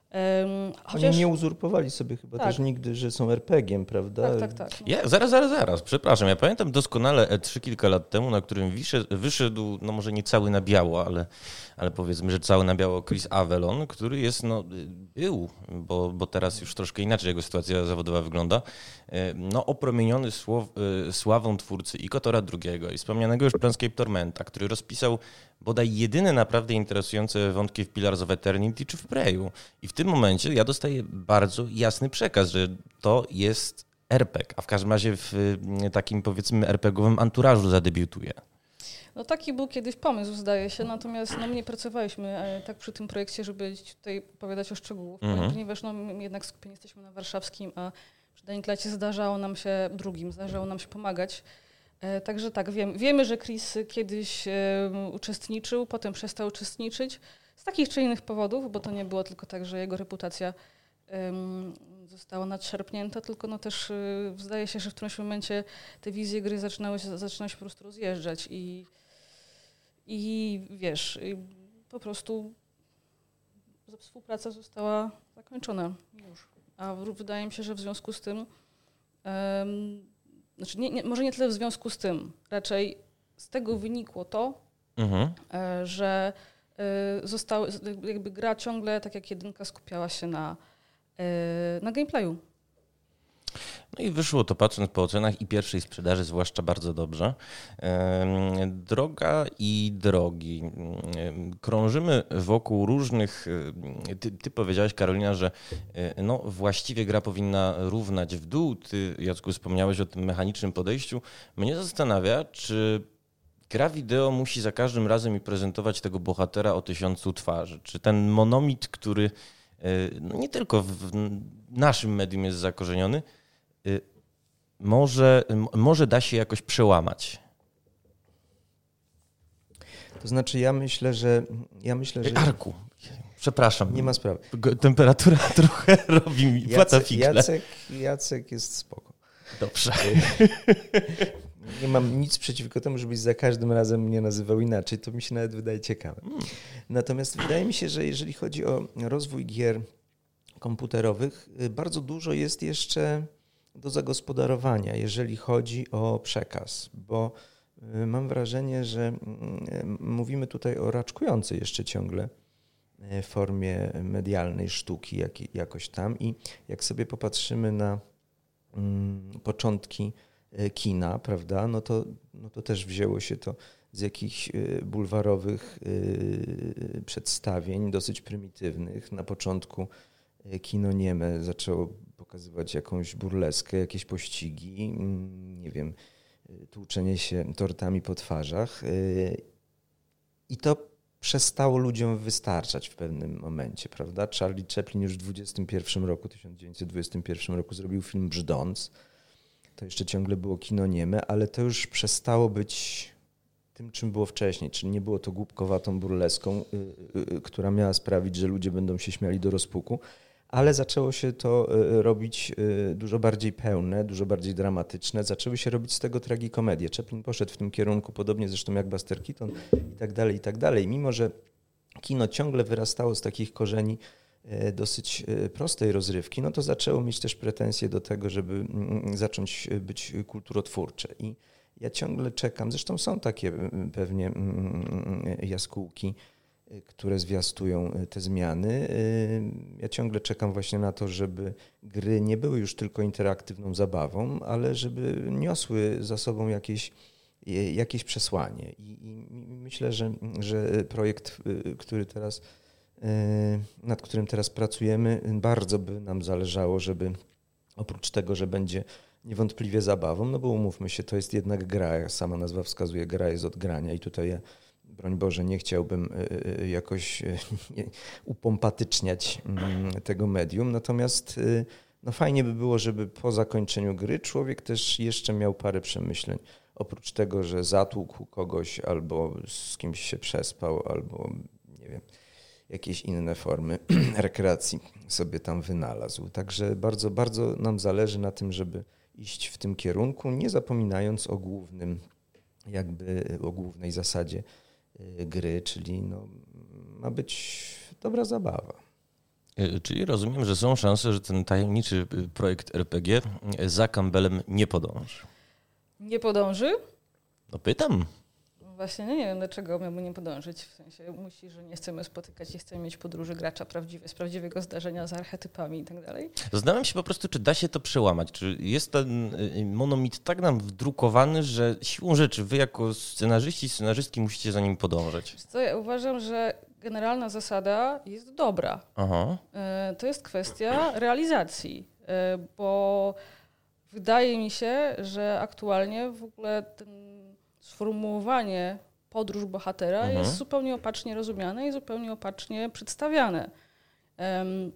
Chociaż... Oni nie uzurpowali sobie chyba tak. też nigdy, że są er pe gie em, prawda? Tak, tak, tak. No. Ja, zaraz, zaraz, zaraz, przepraszam. Ja pamiętam doskonale E trzy kilka lat temu, na którym wyszedł, wyszedł no może nie cały na biało, ale, ale powiedzmy, że cały na biało Chris Avellone, który jest, no był, bo, bo teraz już troszkę inaczej jego sytuacja zawodowa wygląda, no opromieniony słow, sławą twórcy i Kotora drugiego i wspomnianego już Planescape Tormenta, który rozpisał bodaj jedyne naprawdę interesujące wątki w Pillars of Eternity czy w Preju. I w tym momencie ja dostaję bardzo jasny przekaz, że to jest er pe gie, a w każdym razie w takim powiedzmy er pe gie owym anturażu zadebiutuje. No taki był kiedyś pomysł, zdaje się, natomiast no, my nie pracowaliśmy tak przy tym projekcie, żeby tutaj opowiadać o szczegółach, mm-hmm. ponieważ no, my jednak skupieni jesteśmy na warszawskim, a przy Dying Lightie zdarzało nam się, drugim zdarzało nam się pomagać. E, także tak, wiem, wiemy, że Chris kiedyś e, uczestniczył, potem przestał uczestniczyć z takich czy innych powodów, bo to nie było tylko tak, że jego reputacja e, została nadszarpnięta, tylko no też e, zdaje się, że w którymś momencie te wizje gry zaczynały się, zaczynały się po prostu rozjeżdżać i, i wiesz, i po prostu współpraca została zakończona już. A wydaje mi się, że w związku z tym um, Znaczy nie, nie, może nie tyle w związku z tym, raczej z tego wynikło to, mhm. że zostały, jakby gra ciągle, tak jak jedynka, skupiała się na, na gameplayu. No i wyszło to, patrząc po ocenach i pierwszej sprzedaży zwłaszcza, bardzo dobrze. Droga i drogi. Krążymy wokół różnych... Ty, ty powiedziałaś, Karolina, że no właściwie gra powinna równać w dół. Ty, Jacku, wspomniałeś o tym mechanicznym podejściu. Mnie zastanawia, czy gra wideo musi za każdym razem mi prezentować tego bohatera o tysiącu twarzy. Czy ten monomit, który no nie tylko w naszym medium jest zakorzeniony, może, może da się jakoś przełamać? To znaczy ja myślę, że... Ja myślę, że... Arku, przepraszam. Nie ma sprawy. Temperatura trochę robi mi płaca fikle. Jacek, Jacek jest spoko. Dobrze. Nie mam nic przeciwko temu, żebyś za każdym razem mnie nazywał inaczej. To mi się nawet wydaje ciekawe. Hmm. Natomiast wydaje mi się, że jeżeli chodzi o rozwój gier komputerowych, bardzo dużo jest jeszcze do zagospodarowania, jeżeli chodzi o przekaz, bo mam wrażenie, że mówimy tutaj o raczkującej jeszcze ciągle formie medialnej sztuki jak, jakoś tam i jak sobie popatrzymy na mm, początki kina, prawda, no to, no to też wzięło się to z jakichś bulwarowych przedstawień, dosyć prymitywnych. Na początku kino nieme zaczęło pokazywać jakąś burleskę, jakieś pościgi, nie wiem, tłuczenie się tortami po twarzach i to przestało ludziom wystarczać w pewnym momencie, prawda? Charlie Chaplin już w dwudziestym pierwszym roku, tysiąc dziewięćset dwudziestym pierwszym roku zrobił film Brzdąc. To jeszcze ciągle było kino nieme, ale to już przestało być tym, czym było wcześniej, czyli nie było to głupkowatą burleską, która miała sprawić, że ludzie będą się śmiali do rozpuku, ale zaczęło się to robić dużo bardziej pełne, dużo bardziej dramatyczne. Zaczęły się robić z tego tragikomedie. Chaplin poszedł w tym kierunku, podobnie zresztą jak Buster Keaton i tak dalej, i tak dalej. Mimo że kino ciągle wyrastało z takich korzeni dosyć prostej rozrywki, no to zaczęło mieć też pretensje do tego, żeby zacząć być kulturotwórcze. I ja ciągle czekam, zresztą są takie pewnie jaskółki, które zwiastują te zmiany. Ja ciągle czekam właśnie na to, żeby gry nie były już tylko interaktywną zabawą, ale żeby niosły za sobą jakieś, jakieś przesłanie. I, i myślę, że, że projekt, który teraz, nad którym teraz pracujemy, bardzo by nam zależało, żeby oprócz tego, że będzie niewątpliwie zabawą, no bo umówmy się, to jest jednak gra, jak sama nazwa wskazuje, gra jest od grania i tutaj ja, broń Boże, nie chciałbym jakoś upompatyczniać tego medium, natomiast no fajnie by było, żeby po zakończeniu gry człowiek też jeszcze miał parę przemyśleń. Oprócz tego, że zatłukł kogoś albo z kimś się przespał, albo nie wiem, jakieś inne formy rekreacji sobie tam wynalazł. Także bardzo, bardzo nam zależy na tym, żeby iść w tym kierunku, nie zapominając o głównym, jakby o głównej zasadzie gry, czyli no, ma być dobra zabawa. Czyli rozumiem, że są szanse, że ten tajemniczy projekt er pe gie za Campbellem nie podąży. Nie podąży? No pytam. Właśnie no nie wiem, dlaczego miałby nie podążyć. W sensie musi, że nie chcemy spotykać, nie chcemy mieć podróży gracza prawdziwe, z prawdziwego zdarzenia, z archetypami i tak dalej. Zastanawiam się po prostu, czy da się to przełamać. Czy jest ten monomit tak nam wdrukowany, że siłą rzeczy wy jako scenarzyści, scenarzystki musicie za nim podążać? Co ja uważam, że generalna zasada jest dobra. Aha. To jest kwestia realizacji, bo wydaje mi się, że aktualnie w ogóle ten sformułowanie podróż bohatera mhm. jest zupełnie opacznie rozumiane i zupełnie opacznie przedstawiane. Um,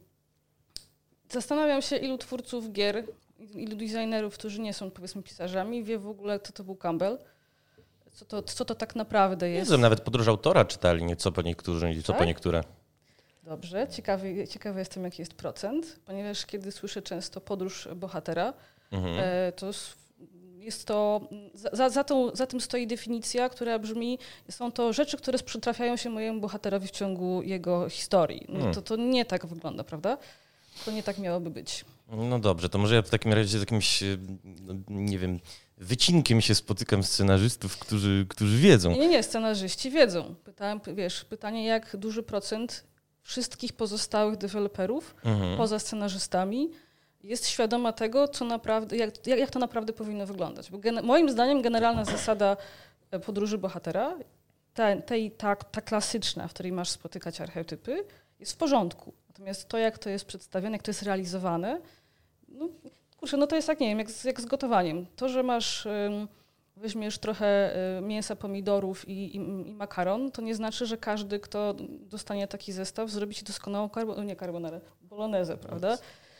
zastanawiam się, ilu twórców gier, ilu designerów, którzy nie są powiedzmy pisarzami, wie w ogóle, kto to był Campbell, co to, co to tak naprawdę jest. Nie wiem, nawet podróż autora czytali, nie co po niektórzy, co tak? po niektóre. Dobrze, ciekawy, ciekawy jestem, jaki jest procent, ponieważ kiedy słyszę często podróż bohatera, mhm. e, to jest to, za, za, tą, za tym stoi definicja, która brzmi, są to rzeczy, które przytrafiają się mojemu bohaterowi w ciągu jego historii. No hmm. to, to nie tak wygląda, prawda? To nie tak miałoby być. No dobrze, to może ja w takim razie z jakimś, no, nie wiem, wycinkiem się spotykam scenarzystów, którzy, którzy wiedzą. Nie, nie, scenarzyści wiedzą. Pytałem, wiesz, pytanie, jak duży procent wszystkich pozostałych deweloperów, mhm. poza scenarzystami, jest świadoma tego, co naprawdę, jak, jak to naprawdę powinno wyglądać. Bo gen, moim zdaniem generalna zasada podróży bohatera, ta, tej, ta, ta klasyczna, w której masz spotykać archetypy, jest w porządku. Natomiast to, jak to jest przedstawione, jak to jest realizowane, no kurczę, no to jest jak, nie wiem, jak z, jak z gotowaniem. To, że masz, ym, weźmiesz trochę y, mięsa, pomidorów i, i, i makaron, to nie znaczy, że każdy, kto dostanie taki zestaw, zrobi ci doskonałą karbo, nie carbonarę, bolognese, prawda?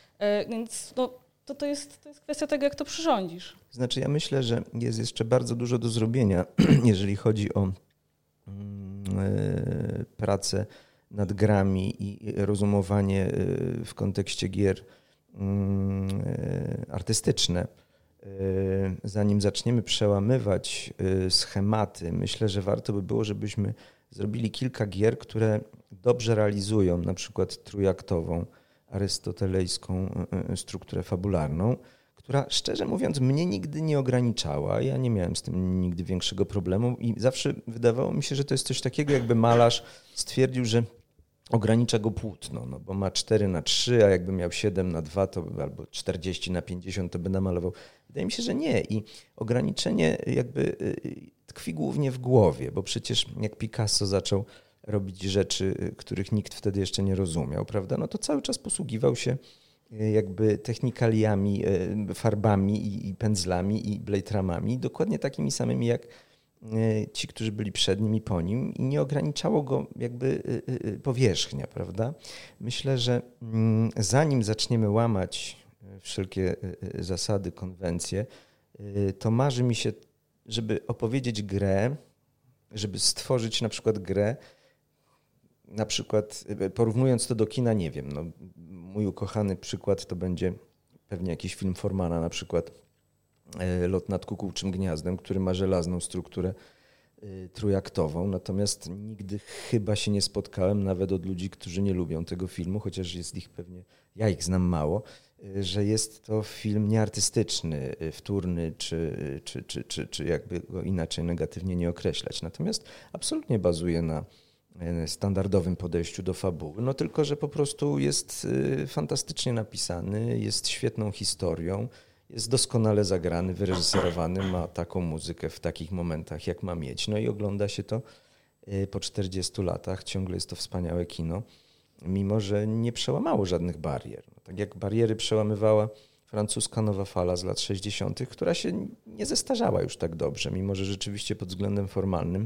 Więc no, to, to, jest, to jest kwestia tego, jak to przyrządzisz. Znaczy ja myślę, że jest jeszcze bardzo dużo do zrobienia, jeżeli chodzi o yy, pracę nad grami i rozumowanie yy, w kontekście gier yy, artystyczne. Yy, zanim zaczniemy przełamywać yy, schematy, myślę, że warto by było, żebyśmy zrobili kilka gier, które dobrze realizują na przykład trójaktową, arystotelejską strukturę fabularną, która szczerze mówiąc mnie nigdy nie ograniczała. Ja nie miałem z tym nigdy większego problemu i zawsze wydawało mi się, że to jest coś takiego, jakby malarz stwierdził, że ogranicza go płótno, no bo ma cztery na trzy, a jakby miał siedem na dwa to, albo czterdzieści na pięćdziesiąt to by namalował. Wydaje mi się, że nie i ograniczenie jakby tkwi głównie w głowie, bo przecież jak Picasso zaczął robić rzeczy, których nikt wtedy jeszcze nie rozumiał, prawda? No to cały czas posługiwał się jakby technikaliami, farbami i, i pędzlami i blade ramami, dokładnie takimi samymi jak ci, którzy byli przed nim i po nim i nie ograniczało go jakby powierzchnia, prawda? Myślę, że zanim zaczniemy łamać wszelkie zasady, konwencje, to marzy mi się, żeby opowiedzieć grę, żeby stworzyć na przykład grę, na przykład porównując to do kina, nie wiem, no, mój ukochany przykład to będzie pewnie jakiś film Formana, na przykład Lot nad kukułczym gniazdem, który ma żelazną strukturę trójaktową, natomiast nigdy chyba się nie spotkałem, nawet od ludzi, którzy nie lubią tego filmu, chociaż jest ich pewnie, ja ich znam mało, że jest to film nieartystyczny, wtórny, czy, czy, czy, czy, czy jakby go inaczej negatywnie nie określać. Natomiast absolutnie bazuje na standardowym podejściu do fabuły, no tylko, że po prostu jest fantastycznie napisany, jest świetną historią, jest doskonale zagrany, wyreżyserowany, ma taką muzykę w takich momentach, jak ma mieć. No i ogląda się to po czterdziestu latach, ciągle jest to wspaniałe kino, mimo że nie przełamało żadnych barier. No, tak jak bariery przełamywała francuska nowa fala z lat sześćdziesiątych, która się nie zestarzała już tak dobrze, mimo że rzeczywiście pod względem formalnym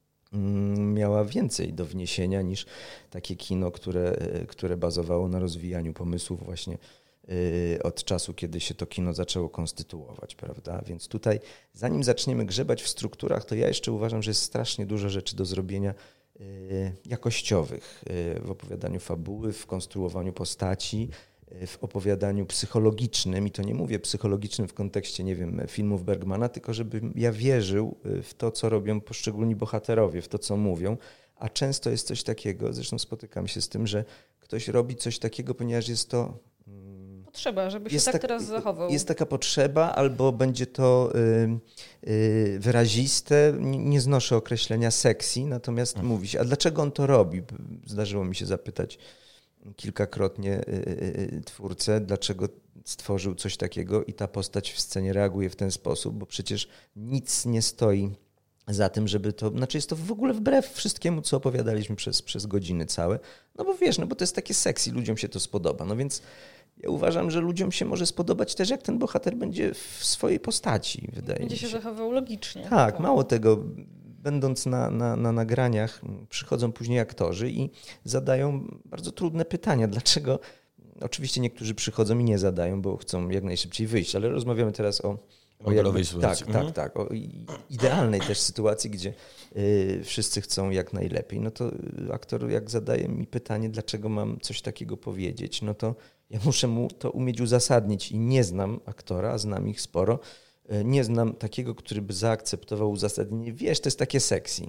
miała więcej do wniesienia niż takie kino, które, które bazowało na rozwijaniu pomysłów właśnie od czasu, kiedy się to kino zaczęło konstytuować, prawda? Więc tutaj, zanim zaczniemy grzebać w strukturach, to ja jeszcze uważam, że jest strasznie dużo rzeczy do zrobienia jakościowych w opowiadaniu fabuły, w konstruowaniu postaci, w opowiadaniu psychologicznym, i to nie mówię psychologicznym w kontekście, nie wiem, filmów Bergmana, tylko żebym ja wierzył w to, co robią poszczególni bohaterowie, w to, co mówią, a często jest coś takiego, zresztą spotykam się z tym, że ktoś robi coś takiego, ponieważ jest to... Potrzeba, żeby się tak, tak teraz zachował. Jest taka potrzeba, albo będzie to y, y, wyraziste. Nie, nie znoszę określenia sexy, natomiast mhm. mówi się, a dlaczego on to robi? Zdarzyło mi się zapytać kilkakrotnie y, y, twórcę, dlaczego stworzył coś takiego i ta postać w scenie reaguje w ten sposób, bo przecież nic nie stoi za tym, żeby to, znaczy jest to w ogóle wbrew wszystkiemu, co opowiadaliśmy przez, przez godziny całe, no bo wiesz, no bo to jest takie sexy, ludziom się to spodoba, no więc ja uważam, że ludziom się może spodobać też, jak ten bohater będzie w swojej postaci, wydaje będzie mi się. Będzie się zachował logicznie. Tak, mało tego, będąc na, na, na nagraniach, przychodzą później aktorzy i zadają bardzo trudne pytania, dlaczego, oczywiście niektórzy przychodzą i nie zadają, bo chcą jak najszybciej wyjść, ale rozmawiamy teraz o modelowej sytuacji. Tak, tak, tak. O idealnej też sytuacji, gdzie y, wszyscy chcą jak najlepiej. No to aktor jak zadaje mi pytanie, dlaczego mam coś takiego powiedzieć, no to ja muszę mu to umieć uzasadnić i nie znam aktora, a znam ich sporo. Y, nie znam takiego, który by zaakceptował uzasadnienie. Wiesz, to jest takie sexy.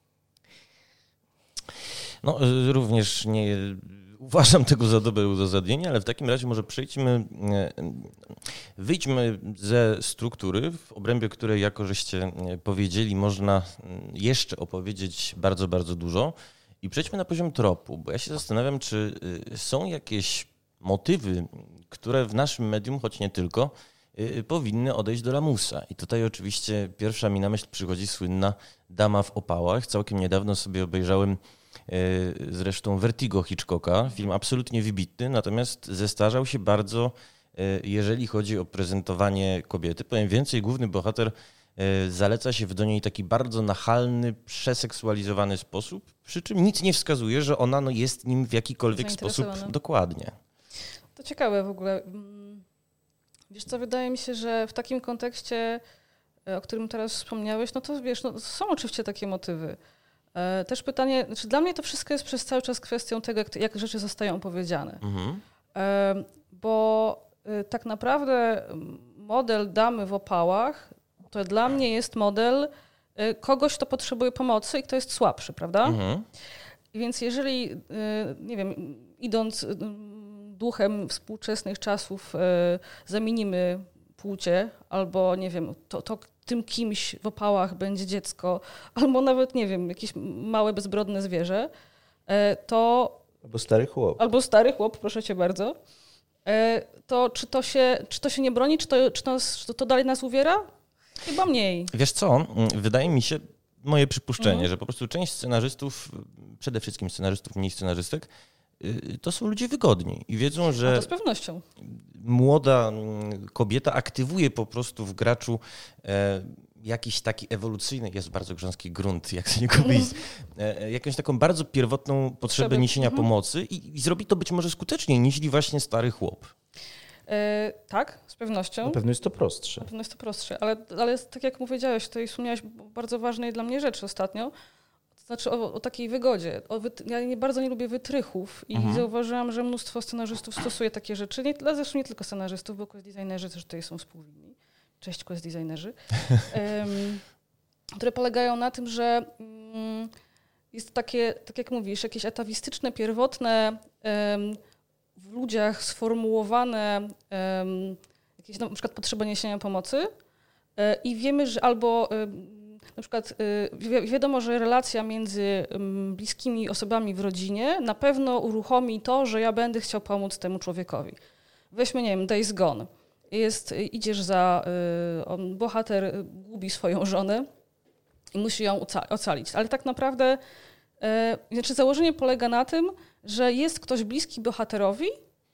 No również nie... Uważam tego za dobre uzasadnienie, ale w takim razie może przejdźmy, wyjdźmy ze struktury, w obrębie której, jako żeście powiedzieli, można jeszcze opowiedzieć bardzo, bardzo dużo i przejdźmy na poziom tropu, bo ja się zastanawiam, czy są jakieś motywy, które w naszym medium, choć nie tylko, powinny odejść do lamusa. I tutaj oczywiście pierwsza mi na myśl przychodzi słynna Dama w opałach. Całkiem niedawno sobie obejrzałem zresztą Vertigo Hitchcocka, film absolutnie wybitny, natomiast zestarzał się bardzo, jeżeli chodzi o prezentowanie kobiety. Powiem więcej, główny bohater zaleca się w do niej taki bardzo nachalny, przeseksualizowany sposób, przy czym nic nie wskazuje, że ona no, jest nim w jakikolwiek sposób dokładnie. To ciekawe w ogóle. Wiesz co, wydaje mi się, że w takim kontekście, o którym teraz wspomniałeś, no to wiesz, no, są oczywiście takie motywy. Też pytanie, znaczy dla mnie to wszystko jest przez cały czas kwestią tego, jak, jak rzeczy zostają opowiedziane. Mhm. Bo tak naprawdę model damy w opałach to dla mnie jest model kogoś, kto potrzebuje pomocy i kto jest słabszy, prawda? Mhm. I więc jeżeli, nie wiem, idąc duchem współczesnych czasów zamienimy płcie albo, nie wiem, to, to tym kimś w opałach będzie dziecko, albo nawet, nie wiem, jakieś małe, bezbrodne zwierzę, to... Albo stary chłop. Albo stary chłop, proszę cię bardzo. To czy to się, czy to się nie broni, czy to, czy to, czy to dalej nas uwiera? Chyba mniej. Wiesz co, wydaje mi się, moje przypuszczenie, mhm. że po prostu część scenarzystów, przede wszystkim scenarzystów, mniej scenarzystek, to są ludzie wygodni i wiedzą, że... A to z pewnością. Młoda kobieta aktywuje po prostu w graczu e, jakiś taki ewolucyjny, jest bardzo grząski grunt, jak z niego wyjść, e, jakąś taką bardzo pierwotną potrzebę Potrzeby. niesienia mhm. pomocy i, i zrobi to być może skuteczniej niż właśnie stary chłop. E, tak, z pewnością. Na pewno jest to prostsze. Na pewno jest to prostsze, ale, ale tak jak powiedziałeś, tutaj wspomniałeś bardzo ważnej dla mnie rzeczy ostatnio, znaczy o, o takiej wygodzie. O wyt... Ja nie, bardzo nie lubię wytrychów i mhm. zauważyłam, że mnóstwo scenarzystów stosuje takie rzeczy. Nie, zresztą nie tylko scenarzystów, bo quest designerzy też tutaj są współwinni. Cześć quest designerzy. um, które polegają na tym, że um, jest takie, tak jak mówisz, jakieś atawistyczne, pierwotne, um, w ludziach sformułowane um, jakieś na przykład potrzeba niesienia pomocy um, i wiemy, że albo um, na przykład wi- wiadomo, że relacja między um, bliskimi osobami w rodzinie na pewno uruchomi to, że ja będę chciał pomóc temu człowiekowi. Weźmy, nie wiem, Days Gone. Jest, idziesz za, y, on, bohater gubi swoją żonę i musi ją oca- ocalić. Ale tak naprawdę y, znaczy założenie polega na tym, że jest ktoś bliski bohaterowi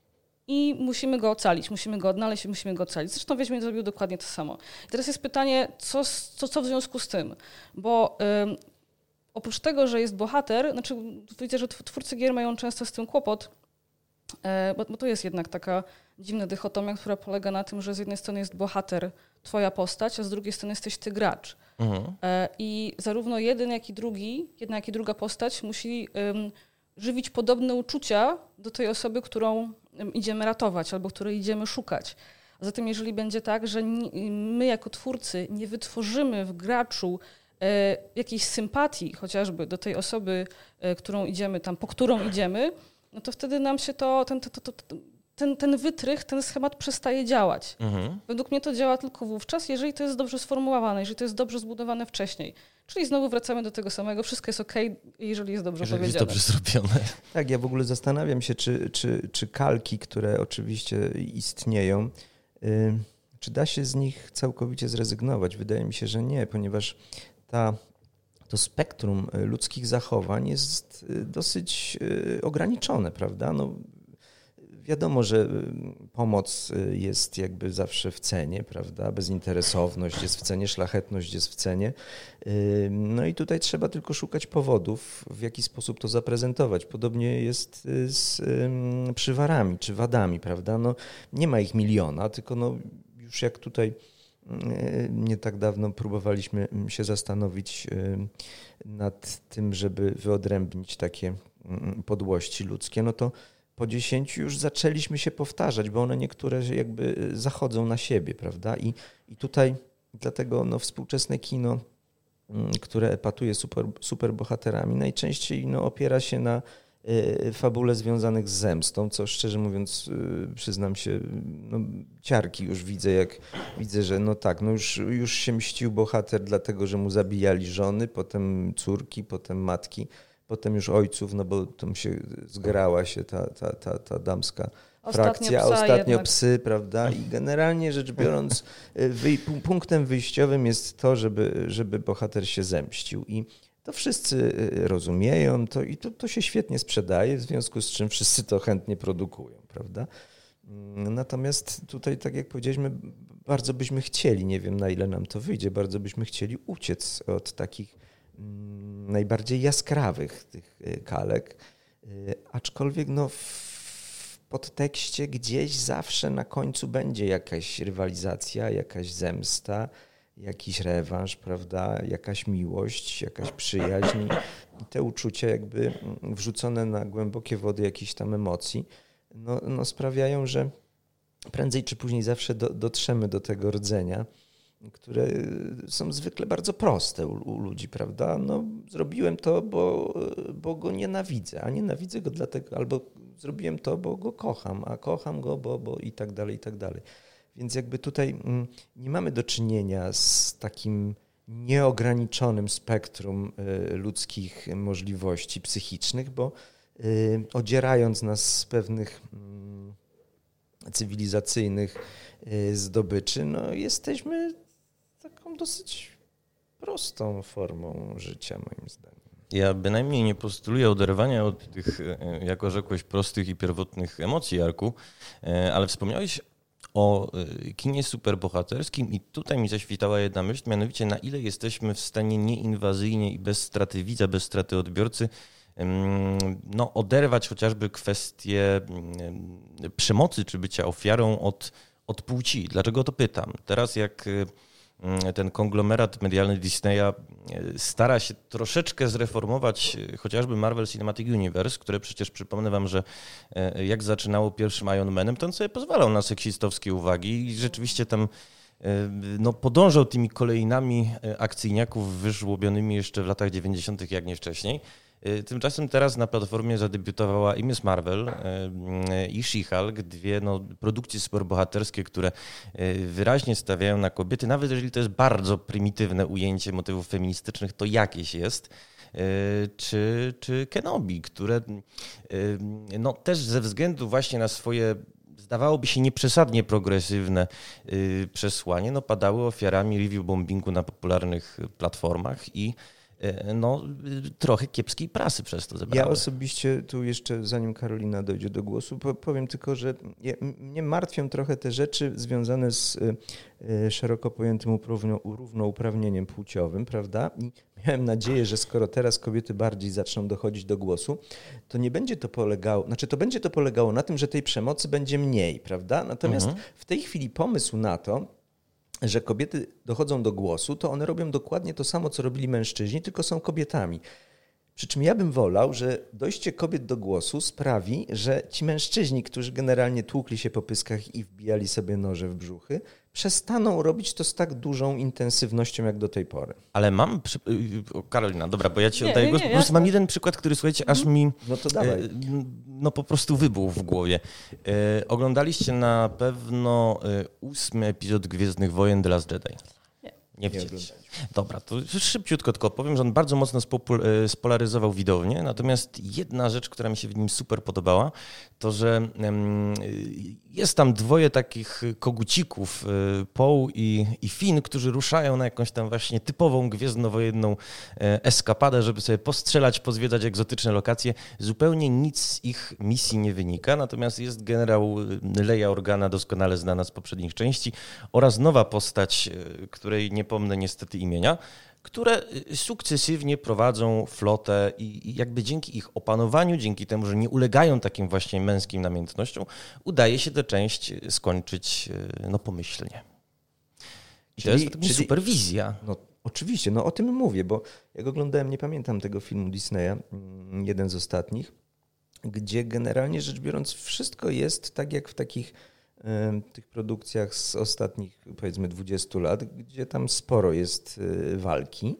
i musimy go ocalić, musimy go odnaleźć i musimy go ocalić. Zresztą Wiedźmin zrobił dokładnie to samo. I teraz jest pytanie, co, co, co w związku z tym? Bo y, oprócz tego, że jest bohater, znaczy widzę, że twórcy gier mają często z tym kłopot, y, bo, bo to jest jednak taka dziwna dychotomia, która polega na tym, że z jednej strony jest bohater, twoja postać, a z drugiej strony jesteś ty gracz. Mhm. Y, I zarówno jeden, jak i drugi, jedna, jak i druga postać musi y, żywić podobne uczucia do tej osoby, którą idziemy ratować albo której idziemy szukać. A zatem jeżeli będzie tak, że my jako twórcy nie wytworzymy w graczu jakiejś sympatii chociażby do tej osoby, którą idziemy tam, po którą idziemy, no to wtedy nam się to, ten, to, to, to, ten, ten wytrych, ten schemat przestaje działać. Mhm. Według mnie to działa tylko wówczas, jeżeli to jest dobrze sformułowane, jeżeli to jest dobrze zbudowane wcześniej. Czyli znowu wracamy do tego samego, wszystko jest okej, jeżeli jest dobrze jeżeli powiedziane. Jest dobrze zrobione. Tak, ja w ogóle zastanawiam się, czy, czy, czy kalki, które oczywiście istnieją, y, czy da się z nich całkowicie zrezygnować? Wydaje mi się, że nie, ponieważ ta, to spektrum ludzkich zachowań jest dosyć ograniczone, prawda? No, wiadomo, że pomoc jest jakby zawsze w cenie, prawda? Bezinteresowność jest w cenie, szlachetność jest w cenie. No i tutaj trzeba tylko szukać powodów, w jaki sposób to zaprezentować. Podobnie jest z przywarami czy wadami, prawda? No, nie ma ich miliona, tylko no, już jak tutaj nie tak dawno próbowaliśmy się zastanowić nad tym, żeby wyodrębnić takie podłości ludzkie, no to po dziesięciu już zaczęliśmy się powtarzać, bo one niektóre jakby zachodzą na siebie, prawda? I, i tutaj dlatego no, współczesne kino, które epatuje super, superbohaterami, najczęściej no, opiera się na y, fabule związanych z zemstą, co szczerze mówiąc, y, przyznam się, no, ciarki już widzę, jak widzę, że no tak, no już, już się mścił bohater dlatego, że mu zabijali żony, potem córki, potem matki, potem już ojców, no bo tam się zgrała się ta, ta, ta, ta damska frakcja, ostatnio, ostatnio psy, prawda? I generalnie rzecz biorąc, wy, punktem wyjściowym jest to, żeby, żeby bohater się zemścił. I to wszyscy rozumieją to i to, to się świetnie sprzedaje, w związku z czym wszyscy to chętnie produkują, prawda? Natomiast tutaj, tak jak powiedzieliśmy, bardzo byśmy chcieli, nie wiem na ile nam to wyjdzie, bardzo byśmy chcieli uciec od takich najbardziej jaskrawych tych kalek, aczkolwiek no w podtekście gdzieś zawsze na końcu będzie jakaś rywalizacja, jakaś zemsta, jakiś rewanż, prawda, jakaś miłość, jakaś przyjaźń i te uczucia jakby wrzucone na głębokie wody jakichś tam emocji, no, no sprawiają, że prędzej czy później zawsze do, dotrzemy do tego rdzenia, które są zwykle bardzo proste u, u ludzi, prawda? No, zrobiłem to, bo, bo go nienawidzę, a nienawidzę go dlatego, albo zrobiłem to, bo go kocham, a kocham go, bo, bo i tak dalej, i tak dalej. Więc jakby tutaj nie mamy do czynienia z takim nieograniczonym spektrum ludzkich możliwości psychicznych, bo odzierając nas z pewnych cywilizacyjnych zdobyczy, no jesteśmy taką dosyć prostą formą życia, moim zdaniem. Ja bynajmniej nie postuluję oderwania od tych, jako rzekłeś, prostych i pierwotnych emocji, Jarku, ale wspomniałeś o kinie superbohaterskim i tutaj mi zaświtała jedna myśl, mianowicie na ile jesteśmy w stanie nieinwazyjnie i bez straty widza, bez straty odbiorcy no, oderwać chociażby kwestię przemocy czy bycia ofiarą od, od płci. Dlaczego to pytam? Teraz jak ten konglomerat medialny Disneya stara się troszeczkę zreformować chociażby Marvel Cinematic Universe, które przecież przypomnę wam, że jak zaczynało pierwszym Iron Manem, to on sobie pozwalał na seksistowskie uwagi i rzeczywiście tam no, podążał tymi kolejnami akcyjniaków wyżłobionymi jeszcze w latach dziewięćdziesiątych jak nie wcześniej. Tymczasem teraz na platformie zadebiutowała i Miss Marvel i She-Hulk, dwie no, produkcje superbohaterskie, które wyraźnie stawiają na kobiety, nawet jeżeli to jest bardzo prymitywne ujęcie motywów feministycznych, to jakieś jest. Czy, czy Kenobi, które no, też ze względu właśnie na swoje zdawałoby się nieprzesadnie progresywne przesłanie, no, padały ofiarami review bombingu na popularnych platformach i no, trochę kiepskiej prasy przez to zebrały. Ja osobiście tu jeszcze, zanim Karolina dojdzie do głosu, powiem tylko, że ja, mnie martwią trochę te rzeczy związane z szeroko pojętym równouprawnieniem płciowym, prawda? I miałem nadzieję, że skoro teraz kobiety bardziej zaczną dochodzić do głosu, to nie będzie to polegało, znaczy to będzie to polegało na tym, że tej przemocy będzie mniej, prawda? Natomiast mhm. w tej chwili pomysł na to, że kobiety dochodzą do głosu, to one robią dokładnie to samo, co robili mężczyźni, tylko są kobietami. Przy czym ja bym wolał, że dojście kobiet do głosu sprawi, że ci mężczyźni, którzy generalnie tłukli się po pyskach i wbijali sobie noże w brzuchy, przestaną robić to z tak dużą intensywnością jak do tej pory. Ale mam... Przy... Karolina, dobra, bo ja ci nie, oddaję nie, głos. nie, Po prostu jasne. mam jeden przykład, który, słuchajcie, aż mi... No to dawaj. No po prostu wybuchł w głowie. E, oglądaliście na pewno e, ósmy epizod Gwiezdnych Wojen The Last Jedi. Nie. Nie widzieliście. Dobra, to szybciutko tylko powiem, że on bardzo mocno spopul- spolaryzował widownię, natomiast jedna rzecz, która mi się w nim super podobała, to że um, jest tam dwoje takich kogucików, Poe i, i Finn, którzy ruszają na jakąś tam właśnie typową gwiezdnowojenną eskapadę, żeby sobie postrzelać, pozwiedzać egzotyczne lokacje. Zupełnie nic z ich misji nie wynika, natomiast jest generał Leia Organa, doskonale znana z poprzednich części, oraz nowa postać, której nie pomnę niestety imienia, które sukcesywnie prowadzą flotę i jakby dzięki ich opanowaniu, dzięki temu, że nie ulegają takim właśnie męskim namiętnościom, udaje się tę część skończyć no, pomyślnie. I czyli, to jest czyli, superwizja. No oczywiście, no o tym mówię, bo jak oglądałem, nie pamiętam tego filmu Disneya, jeden z ostatnich, gdzie generalnie rzecz biorąc wszystko jest tak jak w takich tych produkcjach z ostatnich, powiedzmy, dwudziestu lat, gdzie tam sporo jest walki,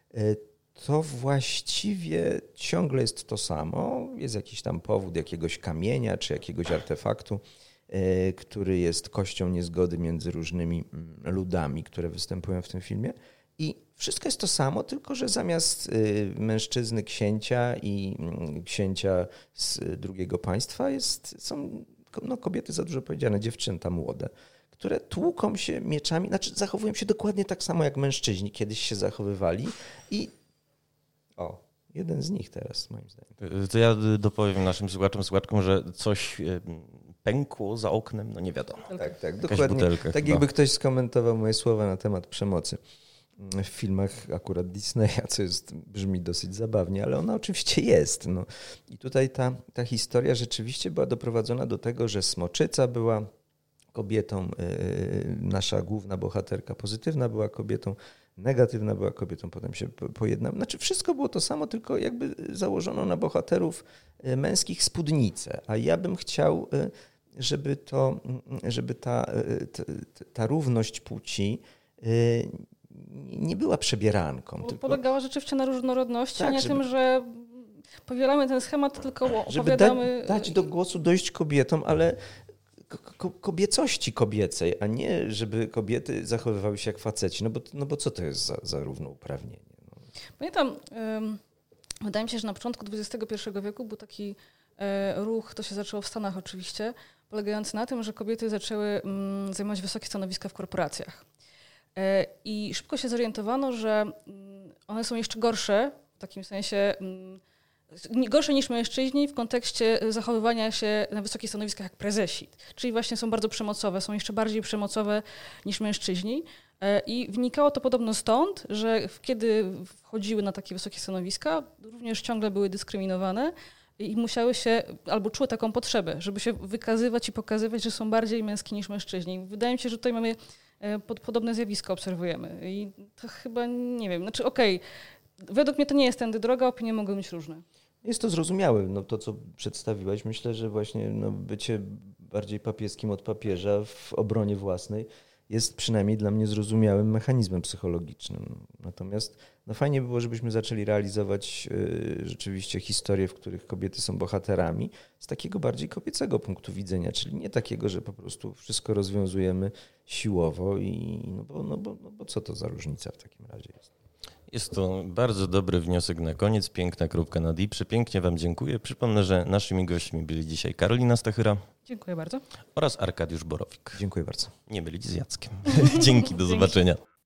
to właściwie ciągle jest to samo. Jest jakiś tam powód jakiegoś kamienia czy jakiegoś artefaktu, który jest kością niezgody między różnymi ludami, które występują w tym filmie. I wszystko jest to samo, tylko że zamiast mężczyzny księcia i księcia z drugiego państwa jest, są no, kobiety, za dużo powiedziane, dziewczęta młode, które tłuką się mieczami, znaczy zachowują się dokładnie tak samo jak mężczyźni kiedyś się zachowywali i o, jeden z nich teraz, moim zdaniem. To ja dopowiem naszym słuchaczom, słuchaczkom, że coś pękło za oknem, no nie wiadomo. Tak, tak, dokładnie. Butelka, tak jakby ktoś skomentował moje słowa na temat przemocy w filmach akurat Disneya, co jest, brzmi dosyć zabawnie, ale ona oczywiście jest. No. I tutaj ta, ta historia rzeczywiście była doprowadzona do tego, że Smoczyca była kobietą, yy, nasza główna bohaterka pozytywna była kobietą, negatywna była kobietą, potem się pojednała. Znaczy wszystko było to samo, tylko jakby założono na bohaterów męskich spódnice, a ja bym chciał, żeby to, żeby ta, ta, ta równość płci yy, nie była przebieranką. Bo tylko polegała rzeczywiście na różnorodności, tak, a nie żeby, tym, że powielamy ten schemat, tylko opowiadamy... Żeby da, dać do głosu dojść kobietom, ale ko- kobiecości kobiecej, a nie żeby kobiety zachowywały się jak faceci. No bo, no bo co to jest za, za równouprawnienie? No. Pamiętam, um, wydaje mi się, że na początku dwudziestego pierwszego wieku był taki e, ruch, to się zaczęło w Stanach oczywiście, polegający na tym, że kobiety zaczęły mm, zajmować wysokie stanowiska w korporacjach. I szybko się zorientowano, że one są jeszcze gorsze, w takim sensie gorsze niż mężczyźni w kontekście zachowywania się na wysokich stanowiskach jak prezesi. Czyli właśnie są bardzo przemocowe, są jeszcze bardziej przemocowe niż mężczyźni. I wynikało to podobno stąd, że kiedy wchodziły na takie wysokie stanowiska, również ciągle były dyskryminowane i musiały się, albo czuły taką potrzebę, żeby się wykazywać i pokazywać, że są bardziej męskie niż mężczyźni. Wydaje mi się, że tutaj mamy pod, podobne zjawisko obserwujemy. I to chyba, nie wiem, znaczy okej, okay, według mnie to nie jest tędy droga, opinie mogą być różne. Jest to zrozumiałe, no to co przedstawiłaś. Myślę, że właśnie no, bycie bardziej papieskim od papieża w obronie własnej jest przynajmniej dla mnie zrozumiałym mechanizmem psychologicznym. Natomiast no fajnie by było, żebyśmy zaczęli realizować y, rzeczywiście historie, w których kobiety są bohaterami z takiego bardziej kobiecego punktu widzenia, czyli nie takiego, że po prostu wszystko rozwiązujemy siłowo i no bo, no bo, no bo co to za różnica w takim razie jest? Jest to bardzo dobry wniosek na koniec, piękna kropka nad i. Przepięknie Wam dziękuję. Przypomnę, że naszymi gośćmi byli dzisiaj Karolina Stachyra. Dziękuję bardzo. Oraz Arkadiusz Borowik. Dziękuję bardzo. Nie mylić z Jackiem. Dzięki, do zobaczenia.